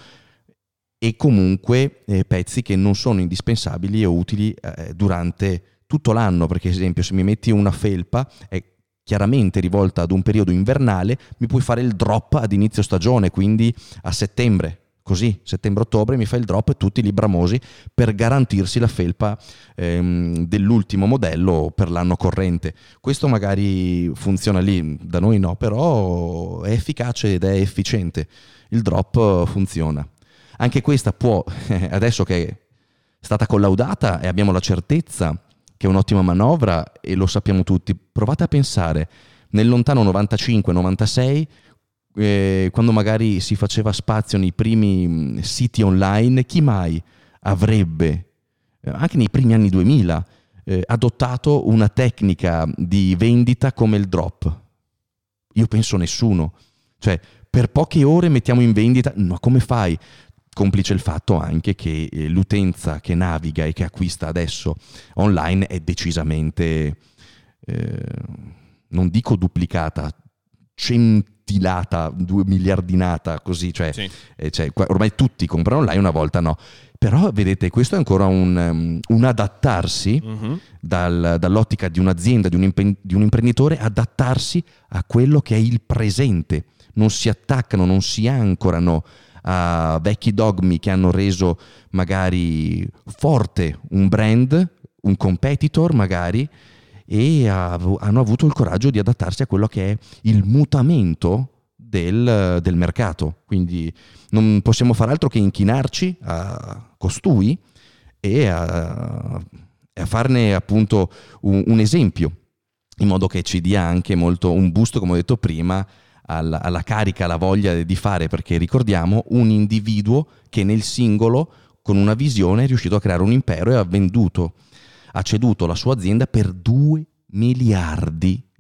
e comunque eh, pezzi che non sono indispensabili o utili eh, durante tutto l'anno, perché ad esempio se mi metti una felpa è chiaramente rivolta ad un periodo invernale, mi puoi fare il drop ad inizio stagione, quindi a settembre, così, settembre-ottobre mi fai il drop, tutti lì bramosi per garantirsi la felpa ehm, dell'ultimo modello per l'anno corrente. Questo magari funziona lì, da noi no, però è efficace ed è efficiente, il drop funziona. Anche questa può, adesso che è stata collaudata e abbiamo la certezza che è un'ottima manovra e lo sappiamo tutti, provate a pensare nel lontano novantacinque novantasei, eh, quando magari si faceva spazio nei primi siti online, chi mai avrebbe, eh, anche nei primi anni duemila, eh, adottato una tecnica di vendita come il drop? Io penso nessuno. Cioè, per poche ore mettiamo in vendita, ma come fai? Complice il fatto anche che eh, l'utenza che naviga e che acquista adesso online è decisamente, eh, non dico duplicata, centilata, due miliardinata, così, cioè, sì. eh, cioè ormai tutti comprano online, una volta no. Però vedete, questo è ancora un, um, un adattarsi uh-huh. dal, dall'ottica di un'azienda, di un, impen- di un imprenditore, adattarsi a quello che è il presente. Non si attaccano, non si ancorano a vecchi dogmi che hanno reso magari forte un brand, un competitor magari, e ha, hanno avuto il coraggio di adattarsi a quello che è il mutamento del, del mercato. Quindi non possiamo fare altro che inchinarci a costui e a, a farne appunto un, un esempio, in modo che ci dia anche molto un boost, come ho detto prima, alla, alla carica, alla voglia di fare, perché ricordiamo un individuo che nel singolo con una visione è riuscito a creare un impero e ha venduto, ha ceduto la sua azienda per due miliardi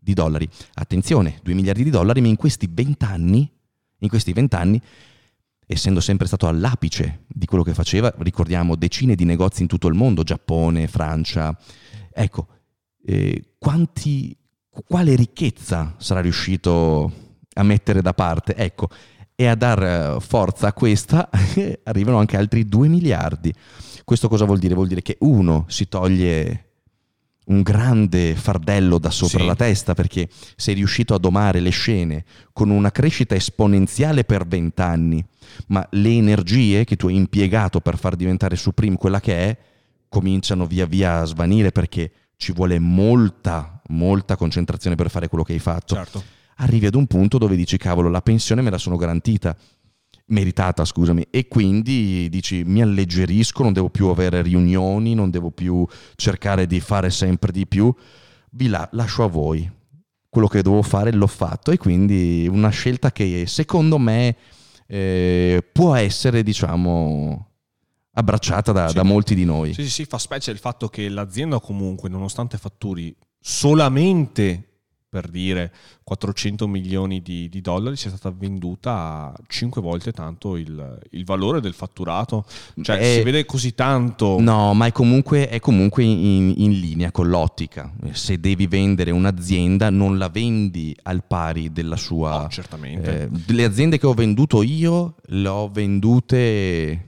di dollari. Attenzione, due miliardi di dollari, ma in questi vent'anni, in questi vent'anni, essendo sempre stato all'apice di quello che faceva, ricordiamo decine di negozi in tutto il mondo, Giappone, Francia, ecco, eh, quanti, quale ricchezza sarà riuscito a mettere da parte? Ecco, e a dar forza a questa arrivano anche altri due miliardi. Questo cosa vuol dire? Vuol dire che uno si toglie un grande fardello da sopra sì. la testa, perché sei riuscito a domare le scene con una crescita esponenziale per vent'anni, ma le energie che tu hai impiegato per far diventare Supreme quella che è cominciano via via a svanire, perché ci vuole molta, molta concentrazione per fare quello che hai fatto. Certo. Arrivi ad un punto dove dici cavolo, la pensione me la sono garantita, meritata scusami, e quindi dici mi alleggerisco, non devo più avere riunioni, non devo più cercare di fare sempre di più, vi la, lascio a voi, quello che dovevo fare l'ho fatto, e quindi una scelta che secondo me eh, può essere diciamo abbracciata da, sì. da molti di noi. Sì, sì, sì, fa specie il fatto che l'azienda comunque, nonostante fatturi solamente, per dire, quattrocento milioni di, di dollari, sia stata venduta a cinque volte tanto il, il valore del fatturato. Cioè Beh, si vede così tanto. No, ma è comunque, è comunque in, in linea con l'ottica. Se devi vendere un'azienda, non la vendi al pari della sua... No, certamente. Eh, le aziende che ho venduto io, le ho vendute...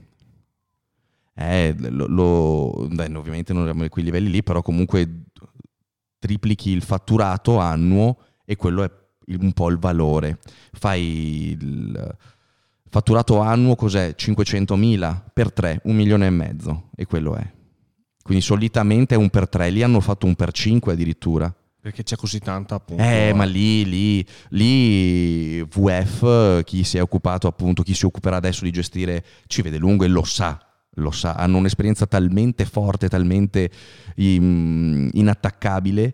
Eh, lo, lo, beh, ovviamente non eravamo a quei livelli lì, però comunque... triplichi il fatturato annuo e quello è un po' il valore. Fai il fatturato annuo, cos'è? cinquecentomila per tre, un milione e mezzo, e quello è. Quindi solitamente è un per tre, lì hanno fatto un per cinque addirittura. Perché c'è così tanta appunto. Eh, ma lì, lì, lì V F, chi si è occupato appunto, chi si occuperà adesso di gestire, ci vede lungo e lo sa. Lo sa, hanno un'esperienza talmente forte, talmente in, inattaccabile,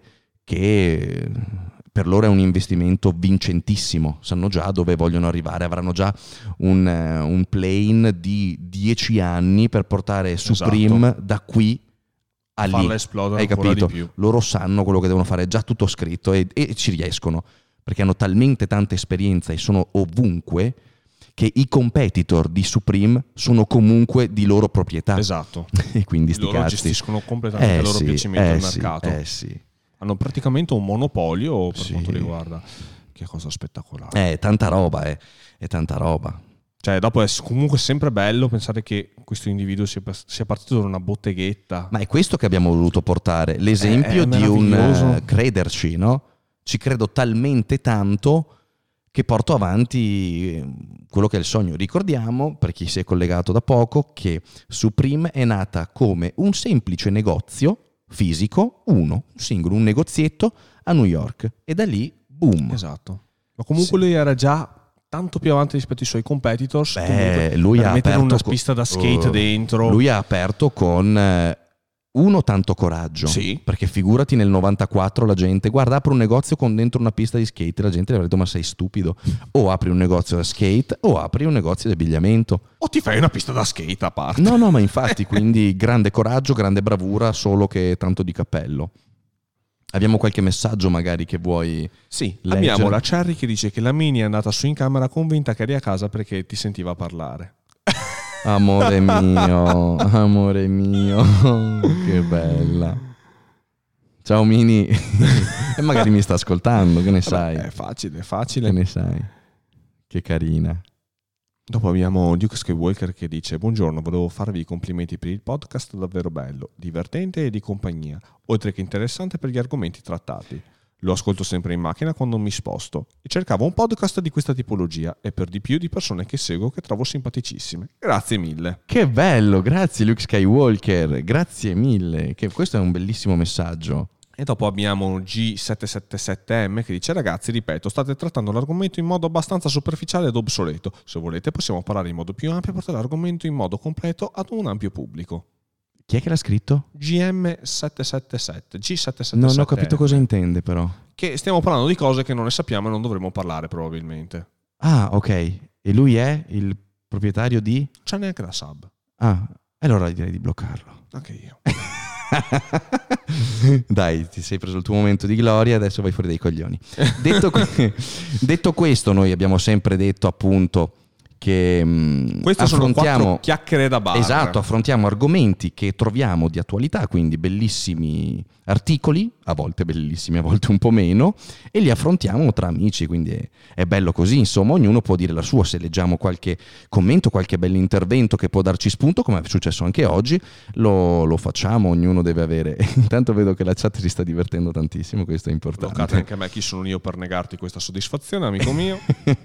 che per loro è un investimento vincentissimo. Sanno già dove vogliono arrivare, avranno già un, un plane di dieci anni per portare Supreme esatto. da qui a lì. Farla esplodere Hai capito? Di più. Loro sanno quello che devono fare, è già tutto scritto, e, e ci riescono, perché hanno talmente tanta esperienza e sono ovunque, che i competitor di Supreme sono comunque di loro proprietà. Esatto. E quindi sti loro cazzi. gestiscono completamente eh il loro sì, piacimento eh del sì, mercato. Eh sì. Hanno praticamente un monopolio per sì. quanto riguarda. Che cosa spettacolare. Eh, tanta roba, eh. È tanta roba. Cioè, dopo è comunque sempre bello pensare che questo individuo sia, sia partito da una botteghetta. Ma è questo che abbiamo voluto portare, l'esempio è, è di un uh, crederci, no? Ci credo talmente tanto che porto avanti quello che è il sogno. Ricordiamo, per chi si è collegato da poco, che Supreme è nata come un semplice negozio fisico, uno, un singolo, un negozietto a New York, e da lì, boom. Esatto. Ma comunque sì. lui era già tanto più avanti rispetto ai suoi competitors. Beh, lui per ha mettere aperto una pista da skate uh, dentro. Lui ha aperto con... Eh, uno, tanto coraggio, sì. perché figurati nel novantaquattro la gente, guarda, apro un negozio con dentro una pista di skate, la gente le avrebbe detto ma sei stupido, o apri un negozio da skate o apri un negozio di abbigliamento, o ti fai una pista da skate a parte. No, no, ma infatti, quindi grande coraggio, grande bravura, solo che tanto di cappello. Abbiamo qualche messaggio magari che vuoi Sì, leggere? Abbiamo la Cherry che dice che la Mini è andata su in camera convinta che eri a casa perché ti sentiva parlare. Amore mio, amore mio, che bella. Ciao Mini. E magari mi sta ascoltando, che ne sai? Vabbè, è facile, è facile. Che ne sai? Che carina. Dopo abbiamo Duke Skywalker che dice: buongiorno, volevo farvi i complimenti per il podcast, davvero bello, divertente e di compagnia, oltre che interessante per gli argomenti trattati. Lo ascolto sempre in macchina quando mi sposto e cercavo un podcast di questa tipologia e per di più di persone che seguo che trovo simpaticissime. Grazie mille. Che bello, grazie Luke Skywalker, grazie mille, che questo è un bellissimo messaggio. E dopo abbiamo G settecentosettantasette M che dice: ragazzi, ripeto, state trattando l'argomento in modo abbastanza superficiale ed obsoleto. Se volete possiamo parlare in modo più ampio e portare l'argomento in modo completo ad un ampio pubblico. Chi è che l'ha scritto? G M settecentosettantasette G settecentosettantasette. Non ho capito cosa intende però. Che stiamo parlando di cose che non ne sappiamo e non dovremmo parlare probabilmente. Ah, ok. E lui è il proprietario di? C'è neanche la sub. Ah, allora direi di bloccarlo. Anche io. Dai, ti sei preso il tuo momento di gloria, adesso vai fuori dai coglioni. Detto, que- detto questo, noi abbiamo sempre detto appunto che mh, queste affrontiamo sono quattro chiacchiere da bar. Esatto, affrontiamo argomenti che troviamo di attualità, quindi bellissimi articoli, a volte bellissimi, a volte un po' meno, e li affrontiamo tra amici, quindi è, è bello così, insomma, ognuno può dire la sua. Se leggiamo qualche commento, qualche bell'intervento che può darci spunto, come è successo anche oggi, lo, lo facciamo, ognuno deve avere. Intanto vedo che la chat si sta divertendo tantissimo, questo è importante. Bloccate anche a me, chi sono io per negarti questa soddisfazione, amico mio?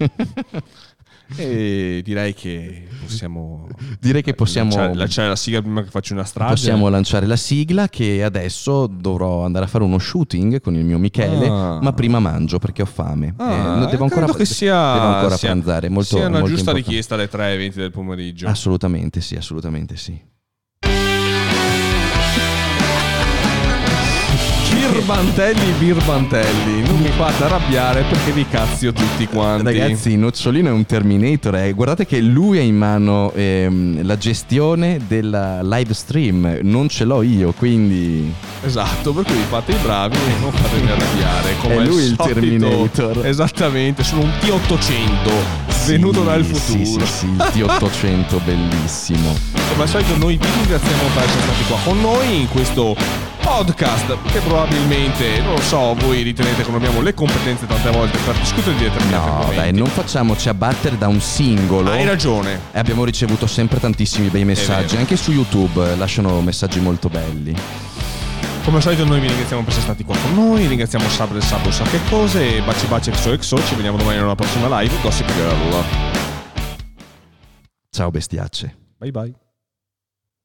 E direi che possiamo direi che possiamo lanciare, lanciare la sigla prima che faccio una strage. Possiamo lanciare la sigla, che adesso dovrò andare a fare uno shooting con il mio Michele, ah. ma prima mangio perché ho fame. Ah, eh, devo ancora, che sia, devo ancora sia, pranzare. Molto, sia una molto giusta importante. richiesta alle tre e venti del pomeriggio. Assolutamente sì, assolutamente sì. Birbantelli, birbantelli, non mi fate arrabbiare perché vi cazzio tutti quanti. Ragazzi, Nocciolino è un Terminator, eh. Guardate che lui ha in mano ehm, la gestione della live stream, non ce l'ho io, quindi... Esatto, per cui vi fate i bravi e non fatemi arrabbiare. Come è lui il solito, Terminator. Esattamente, sono un T ottocento sì, venuto dal futuro. Sì, sì, sì, il T ottocento, bellissimo. Come al solito noi vi ringraziamo per essere stati qua con noi in questo podcast che probabilmente, non lo so, voi ritenete che non abbiamo le competenze tante volte per discutere di determinati No, argomenti. dai, non facciamoci abbattere da un singolo. Hai ragione. E abbiamo ricevuto sempre tantissimi bei messaggi, anche su YouTube lasciano messaggi molto belli. Come al solito noi vi ringraziamo per essere stati qua con noi, ringraziamo Sab del Sab, sa che cose, baci baci exo exo, ci vediamo domani in una prossima live, Gossip Girl. Ciao bestiacce. Bye bye.